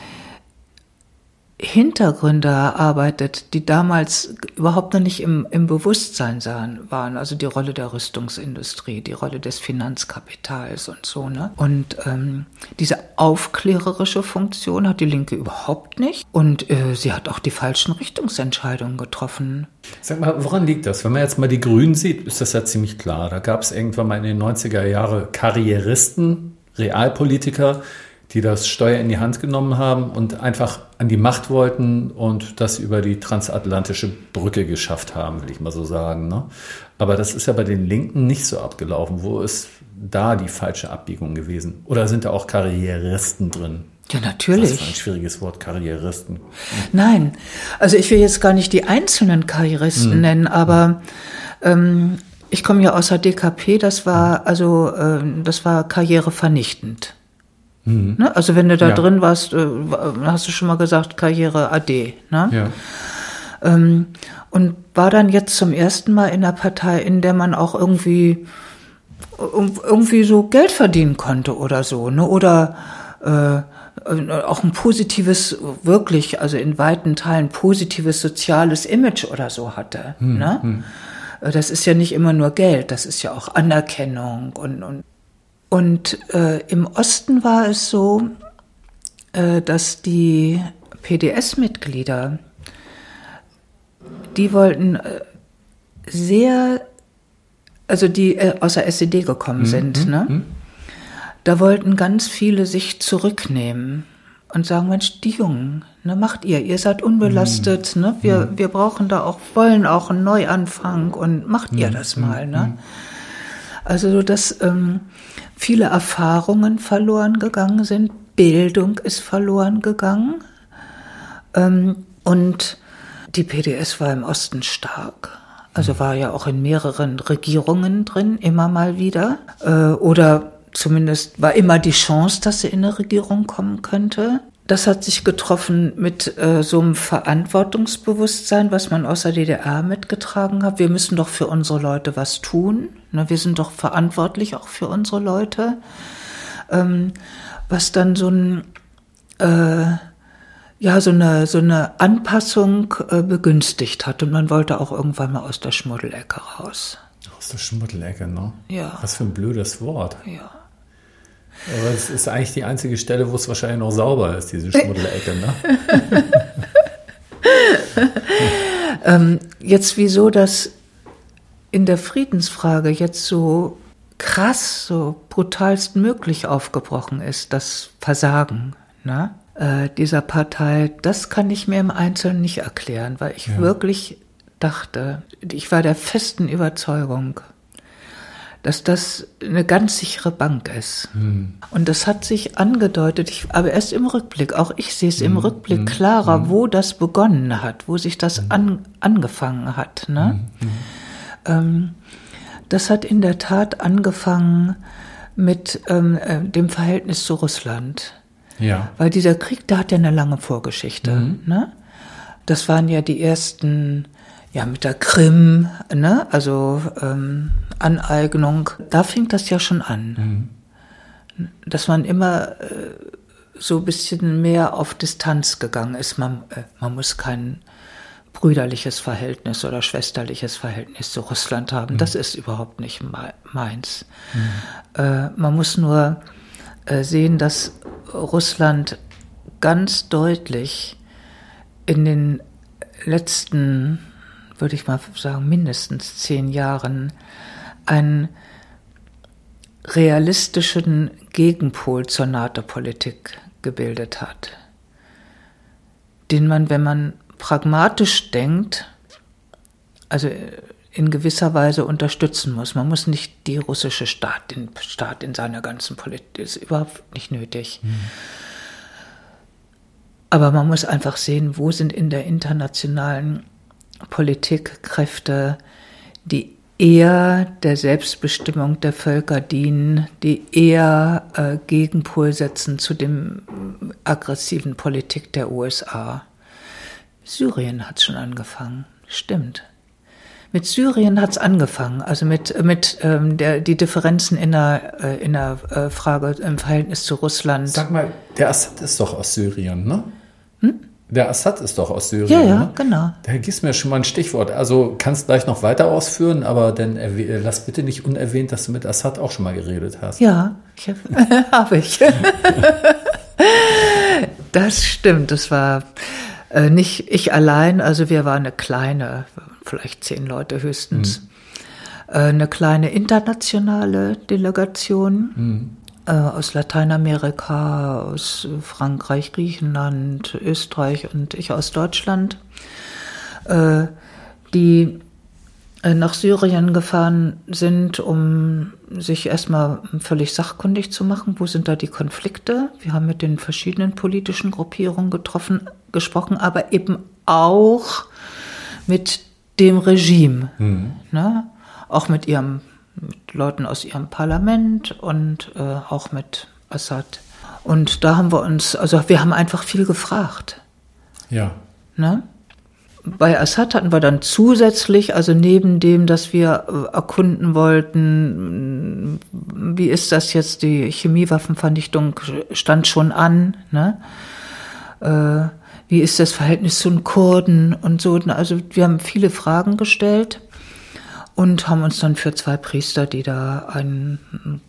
Hintergründe erarbeitet, die damals überhaupt noch nicht im, im Bewusstsein sahen, waren. Also die Rolle der Rüstungsindustrie, die Rolle des Finanzkapitals und so. Ne? Und ähm, diese aufklärerische Funktion hat die Linke überhaupt nicht. Und äh, sie hat auch die falschen Richtungsentscheidungen getroffen. Sag mal, woran liegt das? Wenn man jetzt mal die Grünen sieht, ist das ja ziemlich klar. Da gab es irgendwann mal in den neunziger Jahren Karrieristen, Realpolitiker, die das Steuer in die Hand genommen haben und einfach an die Macht wollten und das über die transatlantische Brücke geschafft haben, will ich mal so sagen. Ne? Aber das ist ja bei den Linken nicht so abgelaufen. Wo ist da die falsche Abbiegung gewesen? Oder sind da auch Karrieristen drin? Ja, natürlich. Das ist ein schwieriges Wort, Karrieristen. Nein, also ich will jetzt gar nicht die einzelnen Karrieristen hm. nennen, aber ähm, ich komme ja aus der D K P, das war also äh, das war karrierevernichtend. Mhm. Ne? Also wenn du da ja. drin warst, äh, hast du schon mal gesagt, Karriere A D. Ne? Ja. Ähm, und war dann jetzt zum ersten Mal in einer Partei, in der man auch irgendwie irgendwie so Geld verdienen konnte oder so, ne? Oder äh, auch ein positives, wirklich, also in weiten Teilen positives soziales Image oder so hatte. Mhm. Ne? Mhm. Das ist ja nicht immer nur Geld, das ist ja auch Anerkennung und und Und äh, im Osten war es so, äh, dass die P D S-Mitglieder, die wollten äh, sehr, also die äh, aus der S E D gekommen mhm. sind, ne? Mhm. Da wollten ganz viele sich zurücknehmen und sagen, Mensch, die Jungen, ne, macht ihr, ihr seid unbelastet, mhm. ne? Wir, mhm. wir brauchen da auch, wollen auch einen Neuanfang und macht mhm. ihr das mal, ne? Mhm. Also so, dass ähm, viele Erfahrungen verloren gegangen sind, Bildung ist verloren gegangen ähm, und die P D S war im Osten stark. Also war ja auch in mehreren Regierungen drin, immer mal wieder. Äh, oder zumindest war immer die Chance, dass sie in eine Regierung kommen könnte. Das hat sich getroffen mit äh, so einem Verantwortungsbewusstsein, was man aus der D D R mitgetragen hat. Wir müssen doch für unsere Leute was tun. Ne? Wir sind doch verantwortlich auch für unsere Leute. Ähm, was dann so ein äh, ja so eine so eine Anpassung äh, begünstigt hat. Und man wollte auch irgendwann mal aus der Schmuddelecke raus. Aus der Schmuddelecke, ne? Ja. Was für ein blödes Wort. Ja. Aber es ist eigentlich die einzige Stelle, wo es wahrscheinlich noch sauber ist, diese Schmuddelecke, ne? ähm, jetzt wieso das in der Friedensfrage jetzt so krass, so brutalst möglich aufgebrochen ist, das Versagen, ne? äh, dieser Partei, das kann ich mir im Einzelnen nicht erklären, weil ich ja. wirklich dachte, ich war der festen Überzeugung, dass das eine ganz sichere Bank ist. Hm. Und das hat sich angedeutet, ich, aber erst im Rückblick, auch ich sehe es hm. im Rückblick klarer, hm. wo das begonnen hat, wo sich das hm. an, angefangen hat. Ne? Hm. Ähm, das hat in der Tat angefangen mit ähm, dem Verhältnis zu Russland. Ja. Weil dieser Krieg, der hat ja eine lange Vorgeschichte. Mhm. Ne? Das waren ja die ersten, ja mit der Krim, ne? also ähm, Aneignung, da fing das ja schon an. Mhm. Dass man immer äh, so ein bisschen mehr auf Distanz gegangen ist. Man, äh, man muss kein brüderliches Verhältnis oder schwesterliches Verhältnis zu Russland haben. Mhm. Das ist überhaupt nicht meins. Mhm. Äh, man muss nur äh, sehen, dass Russland ganz deutlich in den letzten, würde ich mal sagen, mindestens zehn Jahren einen realistischen Gegenpol zur NATO-Politik gebildet hat, den man, wenn man pragmatisch denkt, also in gewisser Weise unterstützen muss. Man muss nicht die russische Staat, den Staat in seiner ganzen Politik, ist überhaupt nicht nötig. Mhm. Aber man muss einfach sehen, wo sind in der internationalen Politik Kräfte, die eher der Selbstbestimmung der Völker dienen, die eher äh, Gegenpol setzen zu dem aggressiven Politik der U S A. Syrien hat schon angefangen, stimmt. Mit Syrien hat's angefangen, also mit mit ähm, der die Differenzen in der äh, in der äh, Frage im Verhältnis zu Russland. Sag mal, der Assad ist doch aus Syrien, ne? Hm? Der Assad ist doch aus Syrien, ja, ja, ne? genau. Da gibst mir schon mal ein Stichwort. Also kannst gleich noch weiter ausführen, aber dann erwäh- lass bitte nicht unerwähnt, dass du mit Assad auch schon mal geredet hast. Ja, ich hab, habe ich. Das stimmt. Das war äh, nicht ich allein. Also wir waren eine kleine, vielleicht zehn Leute höchstens, mhm. äh, eine kleine internationale Delegation. Mhm. Aus Lateinamerika, aus Frankreich, Griechenland, Österreich und ich aus Deutschland, die nach Syrien gefahren sind, um sich erstmal völlig sachkundig zu machen. Wo sind da die Konflikte? Wir haben mit den verschiedenen politischen Gruppierungen getroffen, gesprochen, aber eben auch mit dem Regime, mhm. ne? Auch mit ihrem mit Leuten aus ihrem Parlament und äh, auch mit Assad. Und da haben wir uns, also wir haben einfach viel gefragt. Ja. Ne? Bei Assad hatten wir dann zusätzlich, also neben dem, dass wir äh, erkunden wollten, wie ist das jetzt, die Chemiewaffenvernichtung stand schon an, ne? Äh, wie ist das Verhältnis zu den Kurden und so. Also wir haben viele Fragen gestellt. Und haben uns dann für zwei Priester, die da einen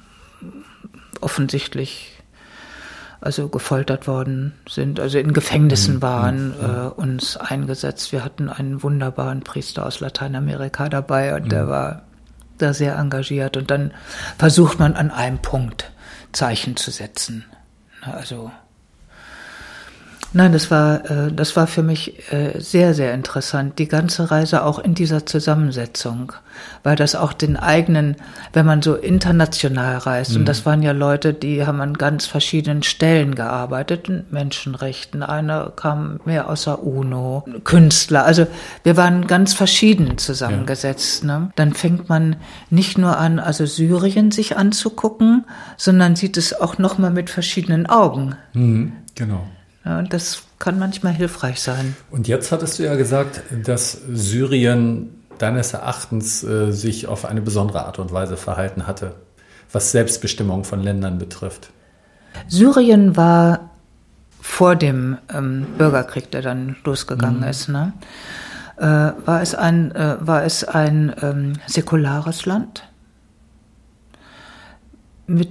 offensichtlich also gefoltert worden sind, also in Gefängnissen waren, mhm. äh, uns eingesetzt. Wir hatten einen wunderbaren Priester aus Lateinamerika dabei und mhm. der war da sehr engagiert. Und dann versucht man an einem Punkt Zeichen zu setzen. Also Nein, das war, äh, das war für mich äh, sehr, sehr interessant, die ganze Reise auch in dieser Zusammensetzung, weil das auch den eigenen, wenn man so international reist, mhm. und das waren ja Leute, die haben an ganz verschiedenen Stellen gearbeitet, Menschenrechten, einer kam mehr aus der UNO, Künstler, also wir waren ganz verschieden zusammengesetzt. Ja. Ne? Dann fängt man nicht nur an, also Syrien sich anzugucken, sondern sieht es auch nochmal mit verschiedenen Augen. Mhm, genau. Ja, und das kann manchmal hilfreich sein. Und jetzt hattest du ja gesagt, dass Syrien deines Erachtens äh, sich auf eine besondere Art und Weise verhalten hatte, was Selbstbestimmung von Ländern betrifft. Syrien war vor dem ähm, Bürgerkrieg, der dann losgegangen mhm. ist, ne? äh, war es ein, äh, war es ein ähm, säkulares Land mit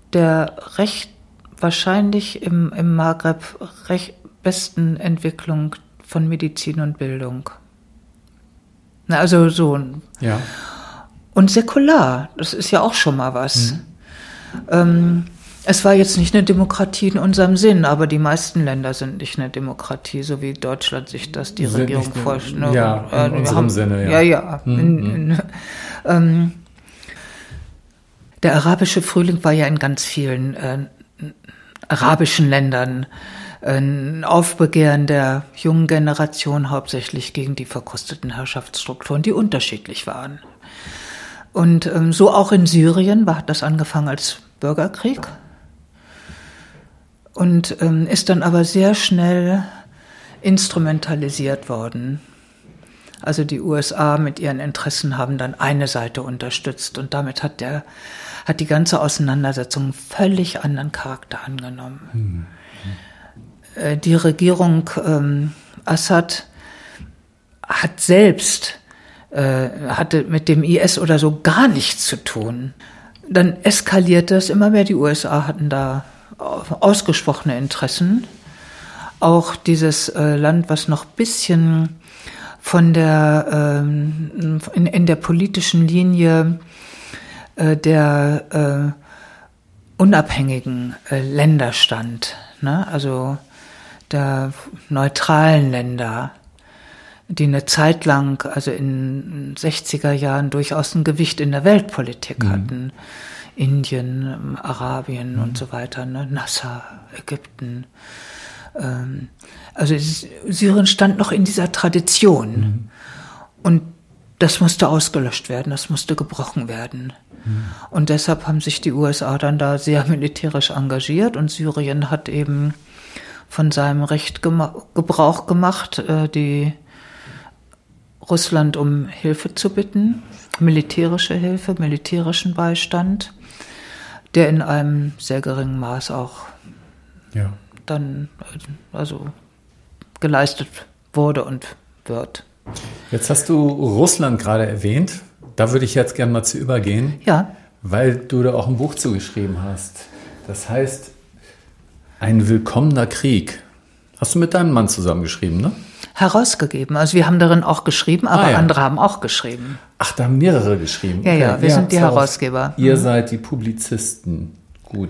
der recht wahrscheinlich im, im Maghreb recht besten Entwicklung von Medizin und Bildung. Na, also so. Ja. Und säkular, das ist ja auch schon mal was. Mhm. Ähm, es war jetzt nicht eine Demokratie in unserem Sinn, aber die meisten Länder sind nicht eine Demokratie, so wie Deutschland sich das die Sind Regierung nicht, vorstellt. ne, ja, in äh, unserem haben, Sinne, ja. Ja, ja. Mhm. In, in, ähm, der arabische Frühling war ja in ganz vielen äh, arabischen Ländern ein Aufbegehren der jungen Generation hauptsächlich gegen die verkrusteten Herrschaftsstrukturen, die unterschiedlich waren. Und ähm, so auch in Syrien war, hat das angefangen als Bürgerkrieg und ähm, ist dann aber sehr schnell instrumentalisiert worden. Also die U S A mit ihren Interessen haben dann eine Seite unterstützt und damit hat der hat die ganze Auseinandersetzung einen völlig anderen Charakter angenommen. Mhm. Äh, die Regierung ähm, Assad hat selbst äh, hatte mit dem I S oder so gar nichts zu tun. Dann eskalierte es immer mehr. Die U S A hatten da ausgesprochene Interessen. Auch dieses äh, Land, was noch ein bisschen von der ähm, in, in der politischen Linie äh, der äh, unabhängigen äh, Länder stand, ne? Also der neutralen Länder, die eine Zeit lang, also in sechziger Jahren, durchaus ein Gewicht in der Weltpolitik mhm. hatten. Indien, Arabien mhm. und so weiter, ne? Nasser, Ägypten. Ähm, also Syrien stand noch in dieser Tradition. Mhm. Und das musste ausgelöscht werden, das musste gebrochen werden. Mhm. Und deshalb haben sich die U S A dann da sehr militärisch engagiert und Syrien hat eben von seinem Recht gema- Gebrauch gemacht, äh, die Russland um Hilfe zu bitten, militärische Hilfe, militärischen Beistand, der in einem sehr geringen Maß auch ja. dann also geleistet wurde und wird. Jetzt hast du Russland gerade erwähnt. Da würde ich jetzt gerne mal zu übergehen, ja. weil du da auch ein Buch zugeschrieben hast. Das heißt, ein willkommener Krieg. Hast du mit deinem Mann zusammengeschrieben, ne? Herausgegeben. Also wir haben darin auch geschrieben, aber ah, ja. andere haben auch geschrieben. Ach, da haben mehrere geschrieben. Ja, okay. ja, wir ja, sind die Herausgeber. Ihr mhm. seid die Publizisten. Gut.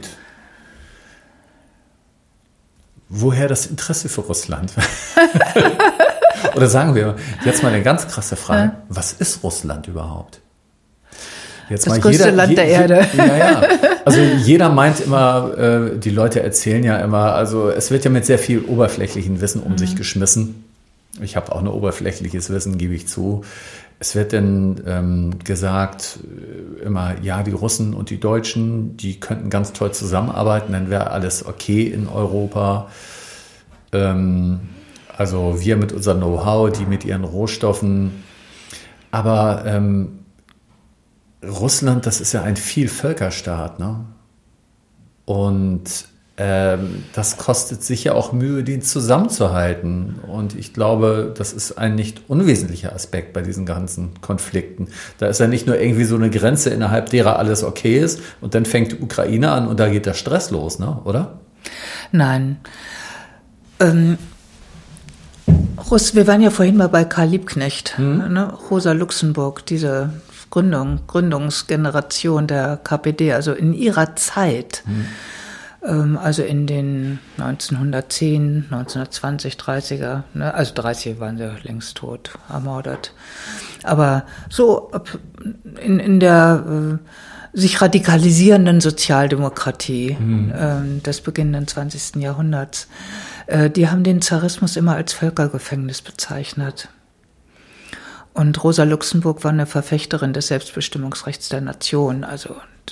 Woher das Interesse für Russland? Oder sagen wir jetzt mal eine ganz krasse Frage. Ja. Was ist Russland überhaupt? Jetzt das mal größte jeder, Land je, der Erde. Je, ja, ja. Also jeder meint immer, äh, die Leute erzählen ja immer, also es wird ja mit sehr viel oberflächlichen Wissen um mhm. sich geschmissen. Ich habe auch nur oberflächliches Wissen, gebe ich zu. Es wird dann ähm, gesagt, äh, immer, ja, die Russen und die Deutschen, die könnten ganz toll zusammenarbeiten, dann wäre alles okay in Europa. Ähm, also wir mit unserem Know-how, die mit ihren Rohstoffen. Aber ähm, Russland, das ist ja ein Vielvölkerstaat, ne? Und ähm, das kostet sicher auch Mühe, den zusammenzuhalten. Und ich glaube, das ist ein nicht unwesentlicher Aspekt bei diesen ganzen Konflikten. Da ist ja nicht nur irgendwie so eine Grenze, innerhalb derer alles okay ist und dann fängt die Ukraine an und da geht der Stress los, ne? Oder? Nein. Ähm, Russ, wir waren ja vorhin mal bei Karl Liebknecht, hm? ne? Rosa Luxemburg, diese Gründung, Gründungsgeneration der K P D, also in ihrer Zeit, hm. ähm, also in den neunzehnhundertzehn, neunzehnhundertzwanzig, dreißiger, ne? Also dreißig waren sie längst tot, ermordet. Aber so in, in der äh, sich radikalisierenden Sozialdemokratie hm. äh, des beginnenden zwanzigsten Jahrhunderts, äh, die haben den Zarismus immer als Völkergefängnis bezeichnet. Und Rosa Luxemburg war eine Verfechterin des Selbstbestimmungsrechts der Nation. Also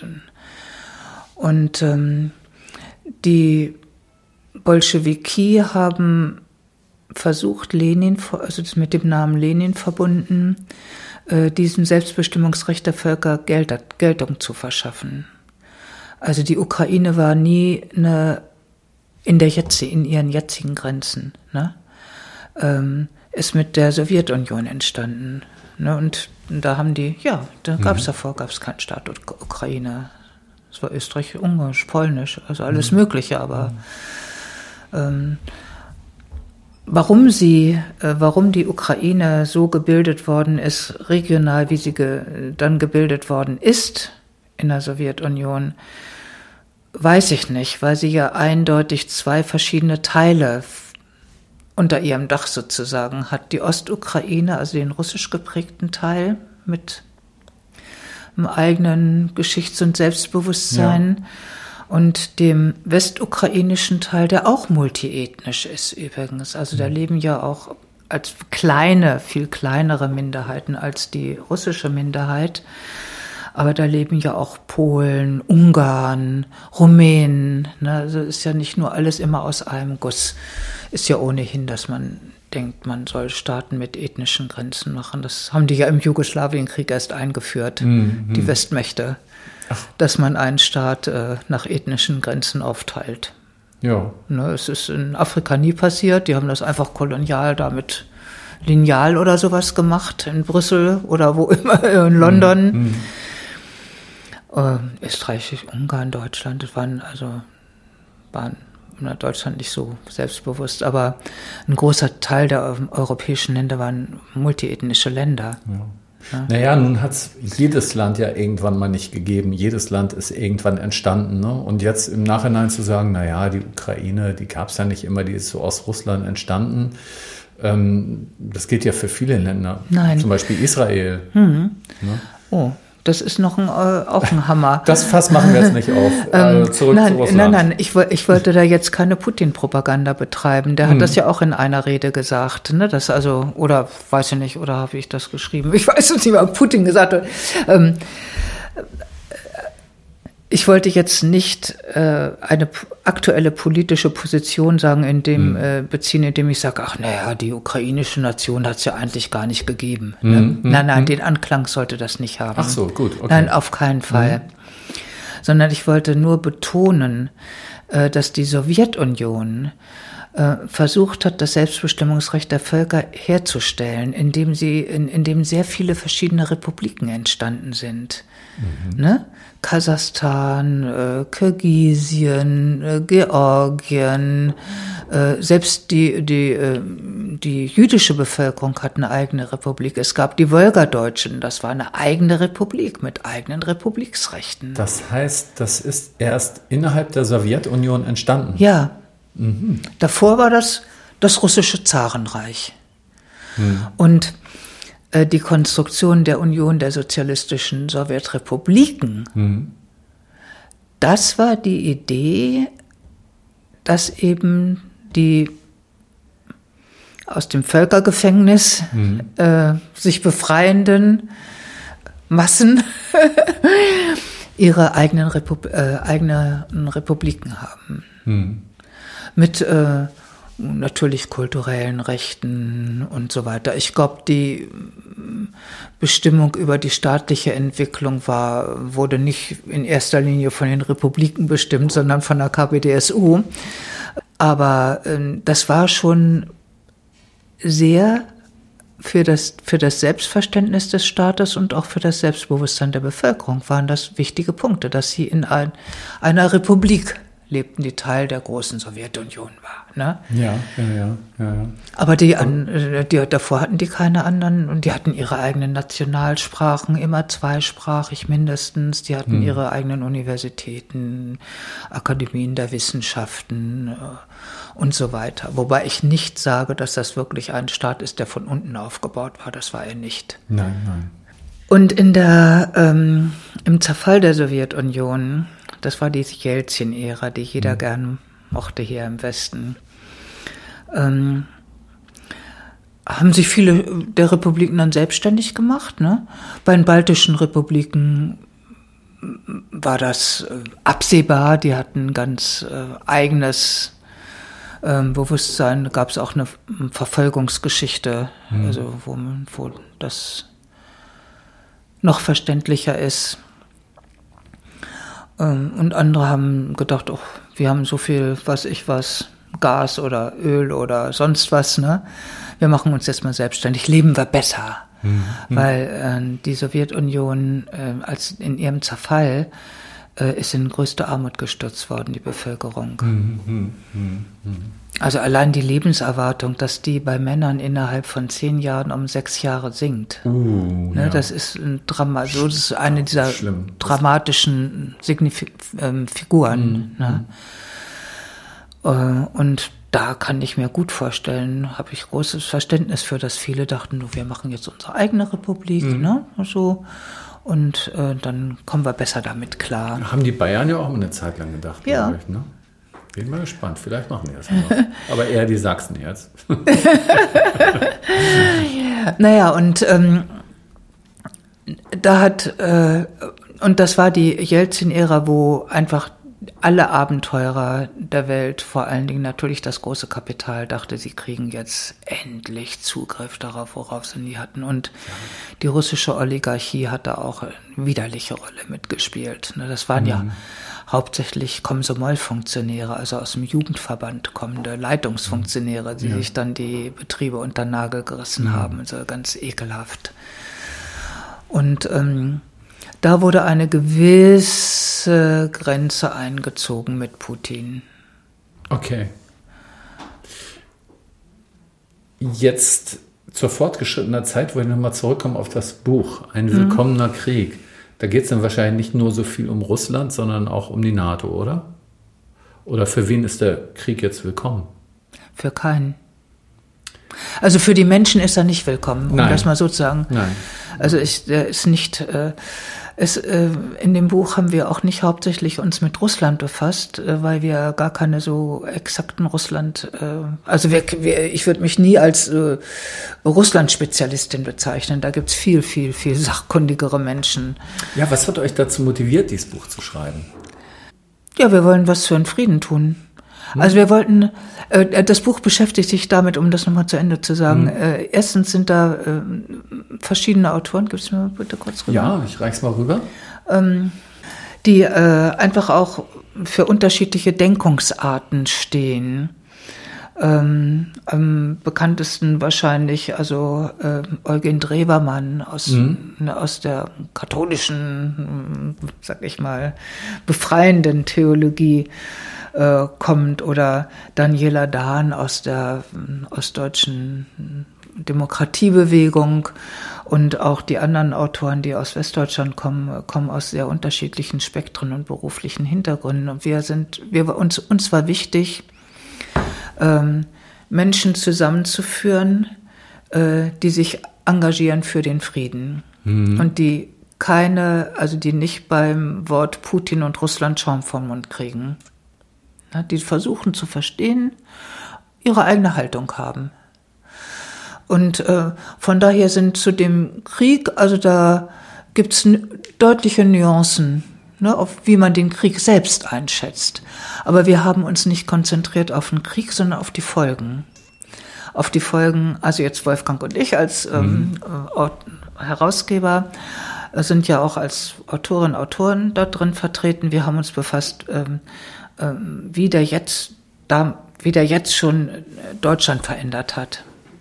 und ähm, die Bolschewiki haben versucht, Lenin, also das mit dem Namen Lenin verbunden, äh, diesem Selbstbestimmungsrecht der Völker Geld, Geltung zu verschaffen. Also die Ukraine war nie eine in der jetzt in ihren jetzigen Grenzen, ne? Ähm, ist mit der Sowjetunion entstanden. Ne? Und da haben die, ja, da gab es mhm. davor, gab es keinen Staat Ukraine. Es war Österreich, Ungarisch, Polnisch, also alles mhm. Mögliche, aber ähm, warum sie, äh, warum die Ukraine so gebildet worden ist, regional, wie sie ge- dann gebildet worden ist in der Sowjetunion, weiß ich nicht, weil sie ja eindeutig zwei verschiedene Teile unter ihrem Dach sozusagen hat. Die Ostukraine, also den russisch geprägten Teil mit einem eigenen Geschichts- und Selbstbewusstsein ja. und dem westukrainischen Teil, der auch multiethnisch ist übrigens. Also da leben ja auch als kleine, viel kleinere Minderheiten als die russische Minderheit. Aber da leben ja auch Polen, Ungarn, Rumänen. Ne? Also ist ja nicht nur alles immer aus einem Guss. Ist ja ohnehin, dass man denkt, man soll Staaten mit ethnischen Grenzen machen. Das haben die ja im Jugoslawienkrieg erst eingeführt, mhm. die Westmächte, Ach. dass man einen Staat äh, nach ethnischen Grenzen aufteilt. Ja. Ne? Es ist in Afrika nie passiert. Die haben das einfach kolonial damit Lineal oder sowas gemacht, in Brüssel oder wo immer, in London. Mhm. Äh, Österreich, Ungarn, Deutschland, das waren also waren na, Deutschland nicht so selbstbewusst, aber ein großer Teil der europäischen Länder waren multiethnische Länder. Ja. Ja. Naja, nun hat es jedes Land ja irgendwann mal nicht gegeben. Jedes Land ist irgendwann entstanden. Ne? Und jetzt im Nachhinein zu sagen, naja, die Ukraine, die gab es ja nicht immer, die ist so aus Russland entstanden. Ähm, das gilt ja für viele Länder. Nein. Zum Beispiel Israel. Mhm. Ne? Oh. Das ist noch ein, äh, auch ein Hammer. Das Fass machen wir jetzt nicht auf. ähm, Zurück nein, zu Russland. Nein, nein, ich, ich wollte da jetzt keine Putin-Propaganda betreiben. Der hat hm. das ja auch in einer Rede gesagt. Ne? Das also, oder weiß ich nicht, oder habe ich das geschrieben? Ich weiß es nicht, was Putin gesagt hat. Ähm, ich wollte jetzt nicht äh, eine p- aktuelle politische Position sagen, in dem hm. äh, beziehen, indem ich sage, ach naja, die ukrainische Nation hat es ja eigentlich gar nicht gegeben. Hm. Ne? Hm. Nein, nein, hm. den Anklang sollte das nicht haben. Ach so, gut. Okay. Nein, auf keinen Fall. Hm. Sondern ich wollte nur betonen, äh, dass die Sowjetunion äh, versucht hat, das Selbstbestimmungsrecht der Völker herzustellen, indem sie, in, indem sehr viele verschiedene Republiken entstanden sind. Mhm. Ne? Kasachstan, äh, Kirgisien, äh, Georgien, äh, selbst die, die, äh, die jüdische Bevölkerung hat eine eigene Republik. Es gab die Wolgadeutschen, das war eine eigene Republik mit eigenen Republiksrechten. Das heißt, das ist erst innerhalb der Sowjetunion entstanden? Ja. Mhm. Davor war das das russische Zarenreich. Mhm. Und die Konstruktion der Union der sozialistischen Sowjetrepubliken, mhm. das war die Idee, dass eben die aus dem Völkergefängnis mhm. äh, sich befreienden Massen ihre eigenen, Repub- äh, eigenen Republiken haben. Mhm. Mit äh, natürlich kulturellen Rechten und so weiter. Ich glaube, die Bestimmung über die staatliche Entwicklung war, wurde nicht in erster Linie von den Republiken bestimmt, sondern von der K P D S U. Aber äh, das war schon sehr für das, für das Selbstverständnis des Staates und auch für das Selbstbewusstsein der Bevölkerung waren das wichtige Punkte, dass sie in ein, einer Republik lebten, die Teil der großen Sowjetunion war. Ne? Ja, ja, ja, ja, ja. Aber die, an, die davor hatten die keine anderen und die hatten ihre eigenen Nationalsprachen, immer zweisprachig mindestens. Die hatten hm. ihre eigenen Universitäten, Akademien der Wissenschaften äh, und so weiter. Wobei ich nicht sage, dass das wirklich ein Staat ist, der von unten aufgebaut war. Das war er nicht. Nein, nein. Und in der, ähm, im Zerfall der Sowjetunion, das war die Jelzin-Ära, die jeder mhm. gern mochte hier im Westen, ähm, haben sich viele der Republiken dann selbstständig gemacht. Ne? Bei den baltischen Republiken war das äh, absehbar, die hatten ganz äh, eigenes äh, Bewusstsein. Da gab es auch eine Verfolgungsgeschichte, mhm. also wo, wo das noch verständlicher ist. Und andere haben gedacht, oh, wir haben so viel, was ich was, Gas oder Öl oder sonst was, ne? Wir machen uns jetzt mal selbstständig, leben wir besser. Mhm. Weil äh, die Sowjetunion, äh, als in ihrem Zerfall, äh, ist in größte Armut gestürzt worden, die Bevölkerung. Mhm, mhm, mhm. Also allein die Lebenserwartung, dass die bei Männern innerhalb von zehn Jahren um sechs Jahre sinkt. Uh, ne, ja. Das ist ein Drama, also das ist eine dieser Schlimm. dramatischen Signif- ähm, Figuren. Mhm. Ne? Äh, und da kann ich mir gut vorstellen, habe ich großes Verständnis für, dass viele dachten, wir machen jetzt unsere eigene Republik, mhm. ne, so. Und äh, dann kommen wir besser damit klar. Haben die Bayern ja auch eine Zeit lang gedacht, ja. glaube ich, ne? Bin mal gespannt, vielleicht machen die das noch. Aber eher die Sachsen jetzt. Naja, und ähm, da hat, äh, und das war die Jelzin-Ära, wo einfach alle Abenteurer der Welt, vor allen Dingen natürlich das große Kapital, dachte, sie kriegen jetzt endlich Zugriff darauf, worauf sie nie hatten. Und die russische Oligarchie hat da auch eine widerliche Rolle mitgespielt. Das waren mhm. ja hauptsächlich Komsomol-Funktionäre, also aus dem Jugendverband kommende Leitungsfunktionäre, die ja. sich dann die Betriebe unter den Nagel gerissen mhm. haben. Also ganz ekelhaft. Und ähm, da wurde eine gewisse Grenze eingezogen mit Putin. Okay. Jetzt zur fortgeschrittenen Zeit, wo wir nochmal zurückkommen auf das Buch, Ein willkommener mhm. Krieg. Da geht es dann wahrscheinlich nicht nur so viel um Russland, sondern auch um die NATO, oder? Oder für wen ist der Krieg jetzt willkommen? Für keinen. Also für die Menschen ist er nicht willkommen, um Nein. das mal so zu sagen. Nein. Also ich, der ist nicht, äh, es, äh, in dem Buch haben wir auch nicht hauptsächlich uns mit Russland befasst, äh, weil wir gar keine so exakten Russland, äh, also wir, wir, ich würde mich nie als äh, Russland-Spezialistin bezeichnen. Da gibt's viel, viel, viel sachkundigere Menschen. Ja, was hat euch dazu motiviert, dieses Buch zu schreiben? Ja, wir wollen was für den Frieden tun. Also wir wollten, äh, das Buch beschäftigt sich damit, um das nochmal zu Ende zu sagen. Mhm. Äh, erstens sind da äh, verschiedene Autoren, gibst du mir bitte kurz rüber? Ja, ich reich's mal rüber. Ähm, die äh, einfach auch für unterschiedliche Denkungsarten stehen. Ähm, am bekanntesten wahrscheinlich also äh, Eugen Drewermann aus, mhm. ne, aus der katholischen, sag ich mal, befreienden Theologie äh, kommt, oder Daniela Dahn aus der äh, ostdeutschen Demokratiebewegung, und auch die anderen Autoren, die aus Westdeutschland kommen, kommen aus sehr unterschiedlichen Spektren und beruflichen Hintergründen. Und wir sind, wir uns uns war wichtig, Ähm, Menschen zusammenzuführen, äh, die sich engagieren für den Frieden mhm. und die keine, also die nicht beim Wort Putin und Russland Schaum vom Mund kriegen, ja, die versuchen zu verstehen, ihre eigene Haltung haben. Und äh, von daher sind zu dem Krieg, also da gibt's n- deutliche Nuancen, ne, auf wie man den Krieg selbst einschätzt. Aber wir haben uns nicht konzentriert auf den Krieg, sondern auf die Folgen. Auf die Folgen, also jetzt Wolfgang und ich als ähm, mhm. äh, Herausgeber äh, sind ja auch als Autorinnen und Autoren dort drin vertreten. Wir haben uns befasst, ähm, ähm, wie der jetzt, da, wie der jetzt schon Deutschland verändert hat.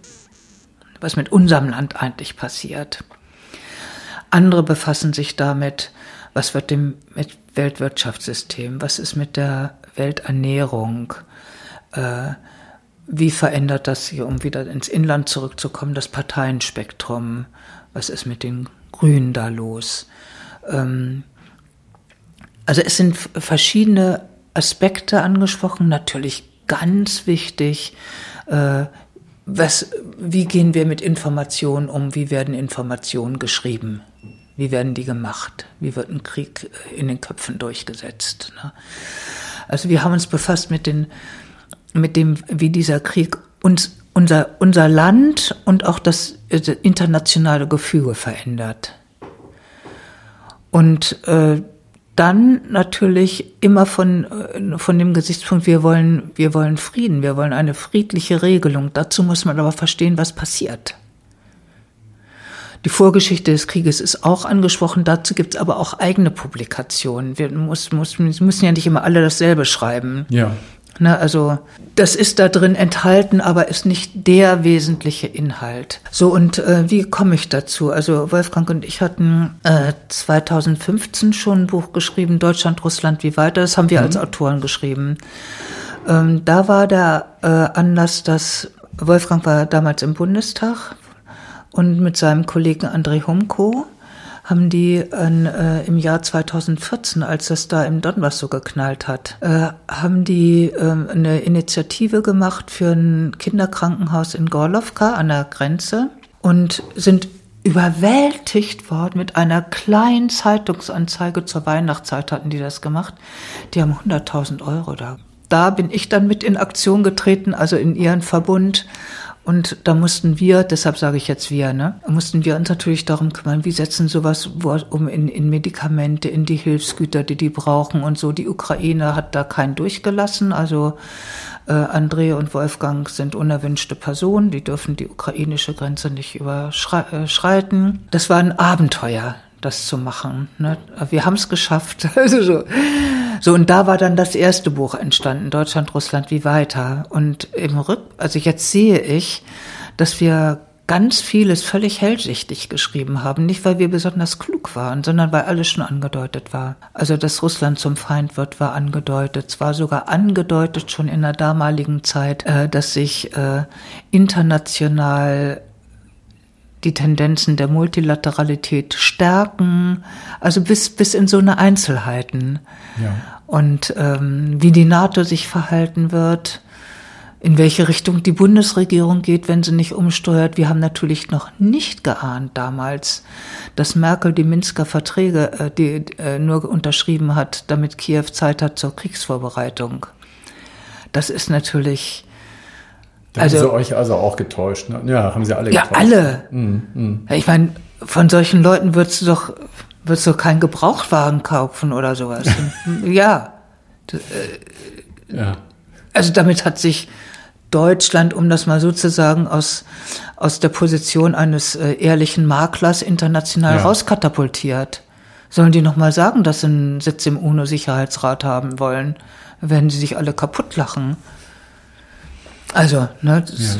Was mit unserem Land eigentlich passiert. Andere befassen sich damit, was wird dem mit Weltwirtschaftssystem, was ist mit der Welternährung, äh, wie verändert das hier, um wieder ins Inland zurückzukommen, das Parteienspektrum, was ist mit den Grünen da los? Ähm, also es sind verschiedene Aspekte angesprochen, natürlich ganz wichtig, äh, was, wie gehen wir mit Informationen um, wie werden Informationen geschrieben? Wie werden die gemacht? Wie wird ein Krieg in den Köpfen durchgesetzt? Ne? Also wir haben uns befasst mit den, mit dem, wie dieser Krieg uns, unser, unser Land und auch das internationale Gefüge verändert. Und äh, dann natürlich immer von, von dem Gesichtspunkt, wir wollen, wir wollen Frieden, wir wollen eine friedliche Regelung. Dazu muss man aber verstehen, was passiert. Die Vorgeschichte des Krieges ist auch angesprochen, dazu gibt es aber auch eigene Publikationen. Wir muss, muss, müssen ja nicht immer alle dasselbe schreiben. Ja. Ne, also das ist da drin enthalten, aber ist nicht der wesentliche Inhalt. So, und äh, wie komme ich dazu? Also Wolfgang und ich hatten äh, zweitausendfünfzehn schon ein Buch geschrieben, Deutschland, Russland, wie weiter. Das haben wir mhm. als Autoren geschrieben. Ähm, da war der äh, Anlass, dass Wolfgang war damals im Bundestag und mit seinem Kollegen André Humko haben die in, äh, im Jahr zweitausendvierzehn, als das da im Donbass so geknallt hat, äh, haben die äh, eine Initiative gemacht für ein Kinderkrankenhaus in Gorlovka an der Grenze und sind überwältigt worden mit einer kleinen Zeitungsanzeige. Zur Weihnachtszeit hatten die das gemacht. Die haben hunderttausend Euro da. Da bin ich dann mit in Aktion getreten, also in ihren Verbund. Und da mussten wir, deshalb sage ich jetzt wir, ne, mussten wir uns natürlich darum kümmern, wie setzen sowas um in, in Medikamente, in die Hilfsgüter, die die brauchen und so. Die Ukraine hat da keinen durchgelassen, also äh, André und Wolfgang sind unerwünschte Personen, die dürfen die ukrainische Grenze nicht überschreiten. Das war ein Abenteuer, das zu machen, ne. Wir haben es geschafft, also so. So, und da war dann das erste Buch entstanden, Deutschland, Russland, wie weiter. Und im Rück, also jetzt sehe ich, dass wir ganz vieles völlig hellsichtig geschrieben haben. Nicht, weil wir besonders klug waren, sondern weil alles schon angedeutet war. Also, dass Russland zum Feind wird, war angedeutet. Es war sogar angedeutet schon in der damaligen Zeit, äh, dass sich äh, international die Tendenzen der Multilateralität stärken, also bis bis in so eine Einzelheiten. Ja. Und ähm, wie die NATO sich verhalten wird, in welche Richtung die Bundesregierung geht, wenn sie nicht umsteuert. Wir haben natürlich noch nicht geahnt damals, dass Merkel die Minsker Verträge äh, die, äh, nur unterschrieben hat, damit Kiew Zeit hat zur Kriegsvorbereitung. Das ist natürlich... Da also, haben sie euch also auch getäuscht, ne? Ja, haben sie alle ja, getäuscht. Ja, alle. Mm, mm. Ich meine, von solchen Leuten würdest du doch, würdest du keinen Gebrauchtwagen kaufen oder sowas. ja. Das, äh, ja. Also damit hat sich Deutschland, um das mal so zu sagen, aus, aus der Position eines äh, ehrlichen Maklers international ja. rauskatapultiert. Sollen die noch mal sagen, dass sie einen Sitz im UNO-Sicherheitsrat haben wollen? Werden sie sich alle kaputt lachen. Also, ne, das, ja.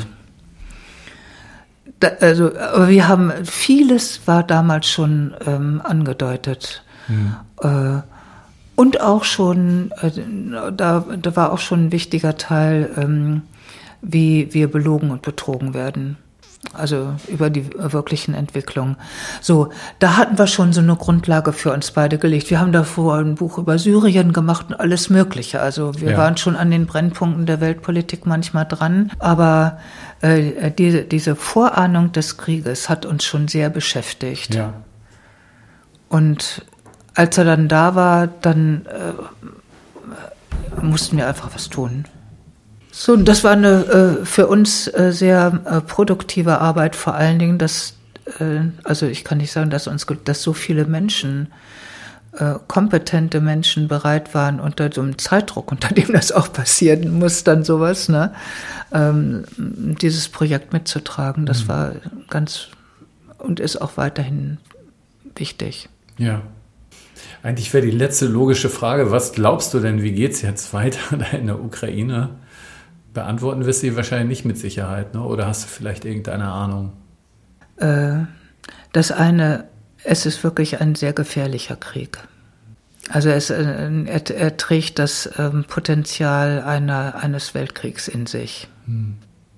da, also, aber wir haben, vieles war damals schon ähm, angedeutet. Mhm. Äh, und auch schon, äh, da, da war auch schon ein wichtiger Teil, ähm, wie wir belogen und betrogen werden. Also über die wirklichen Entwicklungen. So, da hatten wir schon so eine Grundlage für uns beide gelegt. Wir haben davor ein Buch über Syrien gemacht und alles Mögliche. Also wir ja. waren schon an den Brennpunkten der Weltpolitik manchmal dran. Aber äh, diese, diese Vorahnung des Krieges hat uns schon sehr beschäftigt. Ja. Und als er dann da war, dann äh, mussten wir einfach was tun. So, das war eine äh, für uns äh, sehr äh, produktive Arbeit, vor allen Dingen, dass, äh, also ich kann nicht sagen, dass uns, dass so viele Menschen, äh, kompetente Menschen bereit waren, unter so einem Zeitdruck, unter dem das auch passieren muss, dann sowas, ne, ähm, dieses Projekt mitzutragen. Das mhm. war ganz und ist auch weiterhin wichtig. Ja. Eigentlich wäre die letzte logische Frage, was glaubst du denn, wie geht's jetzt weiter in der Ukraine? Beantworten wirst du sie wahrscheinlich nicht mit Sicherheit, ne? Oder hast du vielleicht irgendeine Ahnung? Äh, das eine, es ist wirklich ein sehr gefährlicher Krieg. Also es, äh, er, er trägt das ähm, Potenzial einer, eines Weltkriegs in sich. Hm.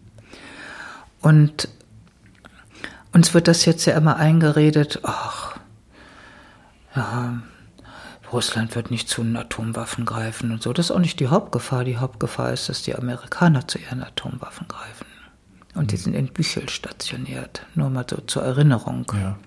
Und uns wird das jetzt ja immer eingeredet, ach, ja, Russland wird nicht zu den Atomwaffen greifen und so. Das ist auch nicht die Hauptgefahr. Die Hauptgefahr ist, dass die Amerikaner zu ihren Atomwaffen greifen. Und mhm. die sind in Büchel stationiert. Nur mal so zur Erinnerung. Ja.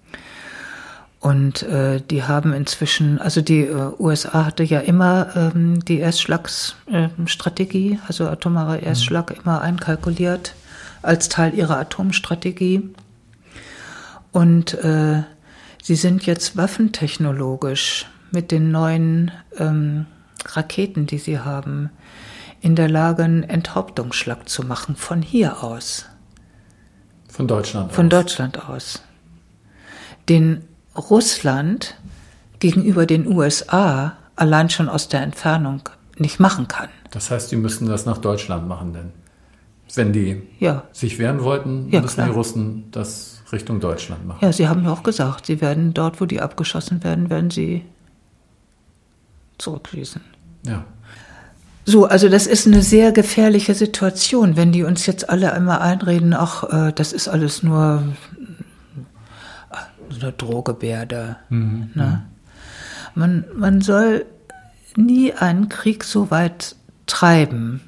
Und äh, die haben inzwischen, also die äh, U S A hatte ja immer ähm, die Erstschlagsstrategie, äh, also atomarer Erstschlag, mhm. immer einkalkuliert als Teil ihrer Atomstrategie. Und äh, sie sind jetzt waffentechnologisch mit den neuen ähm, Raketen, die sie haben, in der Lage, einen Enthauptungsschlag zu machen, von hier aus. Von Deutschland aus? Von Deutschland aus. Den Russland gegenüber den U S A allein schon aus der Entfernung nicht machen kann. Das heißt, die müssten das nach Deutschland machen, denn wenn die Ja. sich wehren wollten, Ja, müssen klar. die Russen das Richtung Deutschland machen. Ja, Sie haben ja auch gesagt, Sie werden dort, wo die abgeschossen werden, werden Sie zurückschießen. Ja. So, also das ist eine sehr gefährliche Situation, wenn die uns jetzt alle einmal einreden, ach, äh, das ist alles nur so eine Drohgebärde. Mhm. Ne? Man, man soll nie einen Krieg so weit treiben.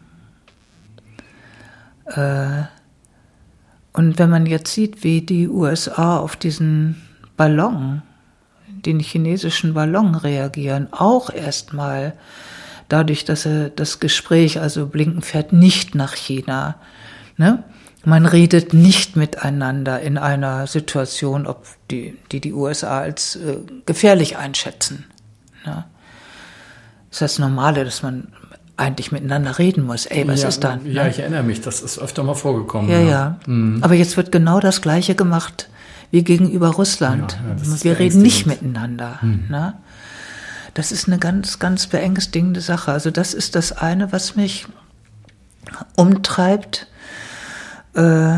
Äh, und wenn man jetzt sieht, wie die U S A auf diesen Ballon, den chinesischen Ballon reagieren, auch erstmal dadurch, dass er das Gespräch, also Blinken fährt nicht nach China, ne? Man redet nicht miteinander in einer Situation, ob die die, die U S A als äh, gefährlich einschätzen. Ne? Das ist das Normale, dass man eigentlich miteinander reden muss. Ey, was ja, ist dann? Ja, ne? ich erinnere mich, das ist öfter mal vorgekommen. Ja, ja. Mhm. Aber jetzt wird genau das Gleiche gemacht wie gegenüber Russland. Ja, ja, das ist Wir reden nicht beängstigend. miteinander. Mhm. Ne? Das ist eine ganz, ganz beängstigende Sache. Also das ist das eine, was mich umtreibt. Äh,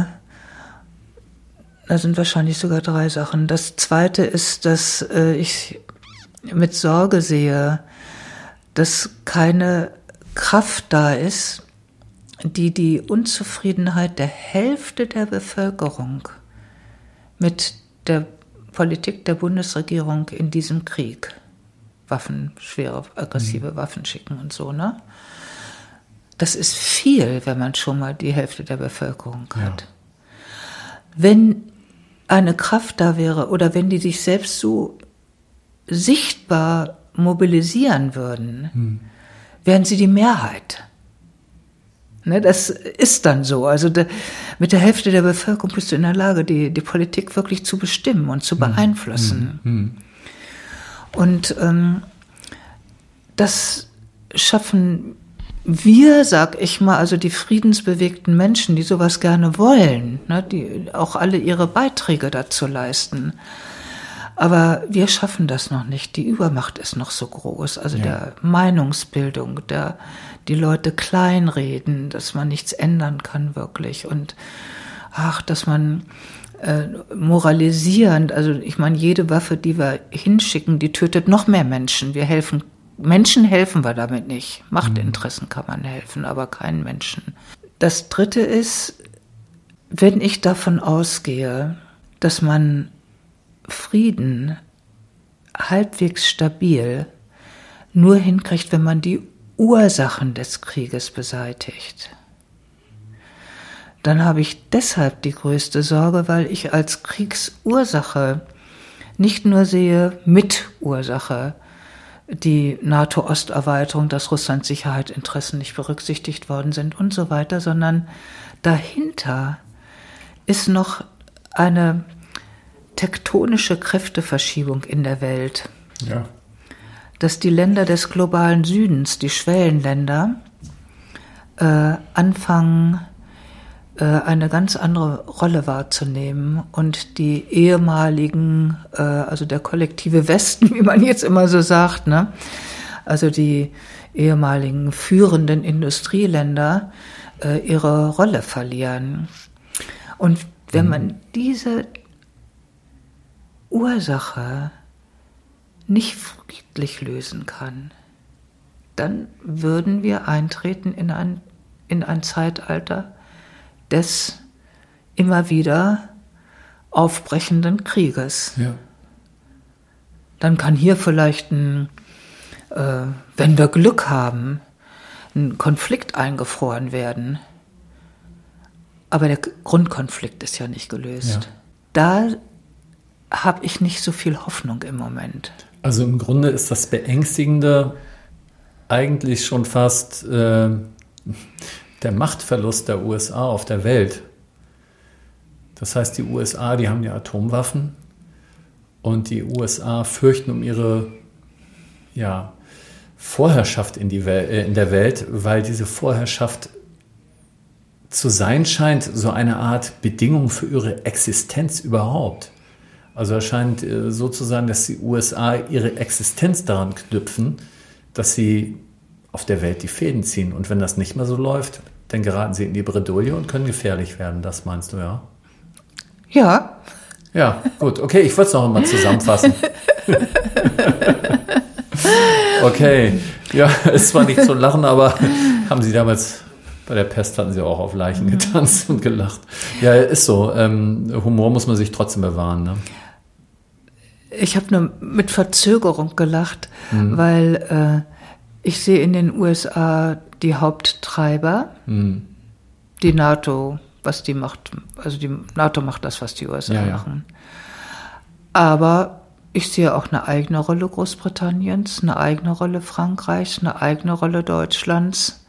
da sind wahrscheinlich sogar drei Sachen. Das zweite ist, dass äh, ich mit Sorge sehe, dass keine Kraft da ist, die die Unzufriedenheit der Hälfte der Bevölkerung mit der Politik der Bundesregierung in diesem Krieg, Waffen, schwere, aggressive mhm. Waffen schicken und so, ne? Das ist viel, wenn man schon mal die Hälfte der Bevölkerung hat. Ja. Wenn eine Kraft da wäre oder wenn die sich selbst so sichtbar mobilisieren würden, hm. wären sie die Mehrheit. Ne, das ist dann so. Also de, mit der Hälfte der Bevölkerung bist du in der Lage, die, die Politik wirklich zu bestimmen und zu beeinflussen. Hm. Hm. Und ähm, das schaffen wir, sag ich mal, also die friedensbewegten Menschen, die sowas gerne wollen, ne, die auch alle ihre Beiträge dazu leisten. Aber wir schaffen das noch nicht. Die Übermacht ist noch so groß. Also ja. der Meinungsbildung, der die Leute kleinreden, dass man nichts ändern kann wirklich. Und ach, dass man äh, moralisierend, also ich meine, jede Waffe, die wir hinschicken, die tötet noch mehr Menschen. Wir helfen Menschen helfen wir damit nicht. Machtinteressen kann man helfen, aber keinen Menschen. Das Dritte ist, wenn ich davon ausgehe, dass man Frieden halbwegs stabil nur hinkriegt, wenn man die Ursachen des Krieges beseitigt, dann habe ich deshalb die größte Sorge, weil ich als Kriegsursache nicht nur sehe Mitursache, die NATO-Osterweiterung, dass Russlands Sicherheitsinteressen nicht berücksichtigt worden sind und so weiter, sondern dahinter ist noch eine tektonische Kräfteverschiebung in der Welt. Ja. Dass die Länder des globalen Südens, die Schwellenländer, äh, anfangen, äh, eine ganz andere Rolle wahrzunehmen und die ehemaligen, äh, also der kollektive Westen, wie man jetzt immer so sagt, ne? Also die ehemaligen führenden Industrieländer äh, ihre Rolle verlieren. Und wenn man diese Ursache nicht friedlich lösen kann, dann würden wir eintreten in ein, in ein Zeitalter des immer wieder aufbrechenden Krieges. Ja. Dann kann hier vielleicht ein, äh, wenn wir Glück haben, ein Konflikt eingefroren werden. Aber der Grundkonflikt ist ja nicht gelöst. Ja. Da habe ich nicht so viel Hoffnung im Moment. Also im Grunde ist das Beängstigende eigentlich schon fast äh, der Machtverlust der U S A auf der Welt. Das heißt, die U S A, die haben ja Atomwaffen und die U S A fürchten um ihre ja, Vorherrschaft in, die Wel- äh, in der Welt, weil diese Vorherrschaft zu sein scheint, so eine Art Bedingung für ihre Existenz überhaupt. Also es scheint äh, so zu sein, dass die U S A ihre Existenz daran knüpfen, dass sie auf der Welt die Fäden ziehen. Und wenn das nicht mehr so läuft, dann geraten sie in die Bredouille und können gefährlich werden. Das meinst du, ja? Ja. Ja, gut. Okay, ich wollte es noch einmal zusammenfassen. Okay. Ja, ist zwar nicht zu lachen, aber haben Sie damals bei der Pest hatten Sie auch auf Leichen getanzt und gelacht. Ja, ist so. Ähm, Humor muss man sich trotzdem bewahren, ne? Ich habe nur mit Verzögerung gelacht, Mhm. weil äh, ich sehe in den U S A die Haupttreiber, Mhm. die NATO, was die macht, also die NATO macht das, was die U S A Ja, ja. machen. Aber ich sehe auch eine eigene Rolle Großbritanniens, eine eigene Rolle Frankreichs, eine eigene Rolle Deutschlands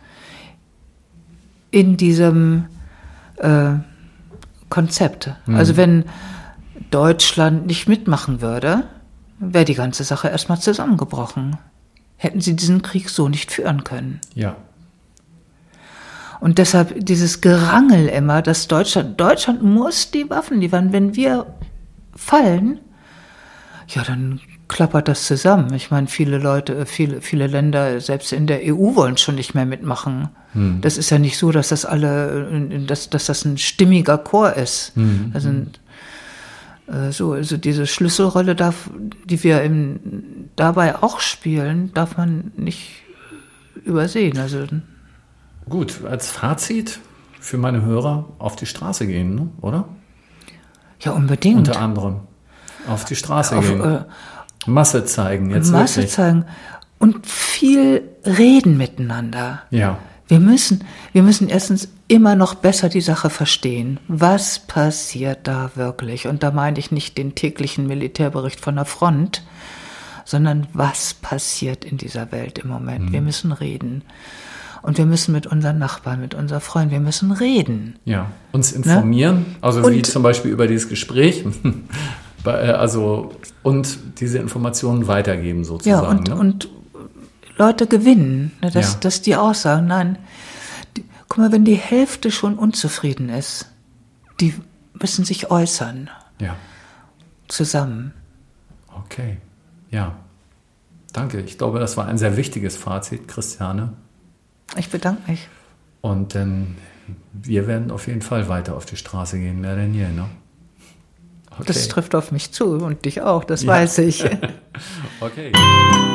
in diesem äh, Konzept. Mhm. Also wenn Deutschland nicht mitmachen würde, wäre die ganze Sache erstmal zusammengebrochen. Hätten sie diesen Krieg so nicht führen können. Ja. Und deshalb dieses Gerangel immer, dass Deutschland, Deutschland muss die Waffen liefern. Wenn wir fallen, ja, dann klappert das zusammen. Ich meine, viele Leute, viele, viele Länder, selbst in der E U, wollen schon nicht mehr mitmachen. Hm. Das ist ja nicht so, dass das alle, dass, dass das ein stimmiger Chor ist. Hm. Also, so, also diese Schlüsselrolle, darf, die wir im, dabei auch spielen, darf man nicht übersehen. Also gut, als Fazit für meine Hörer auf die Straße gehen, ne? Oder? Ja, unbedingt. Unter anderem auf die Straße auf, gehen. Äh, Masse zeigen, jetzt Masse wirklich. zeigen und viel reden miteinander. Ja. Wir müssen, wir müssen erstens immer noch besser die Sache verstehen. Was passiert da wirklich? Und da meine ich nicht den täglichen Militärbericht von der Front, sondern was passiert in dieser Welt im Moment? Mhm. Wir müssen reden. Und wir müssen mit unseren Nachbarn, mit unseren Freunden, wir müssen reden. Ja, uns informieren, ne? Also und, wie zum Beispiel über dieses Gespräch, also und diese Informationen weitergeben sozusagen. Ja, und, ne? und Leute gewinnen, ne? dass, ja. dass die auch sagen, nein, die, guck mal, wenn die Hälfte schon unzufrieden ist, die müssen sich äußern. Ja. Zusammen. Okay, ja. Danke, ich glaube, das war ein sehr wichtiges Fazit, Christiane. Ich bedanke mich. Und ähm, wir werden auf jeden Fall weiter auf die Straße gehen, mehr denn je, ne? Okay. Das trifft auf mich zu und dich auch, das ja. weiß ich. Okay.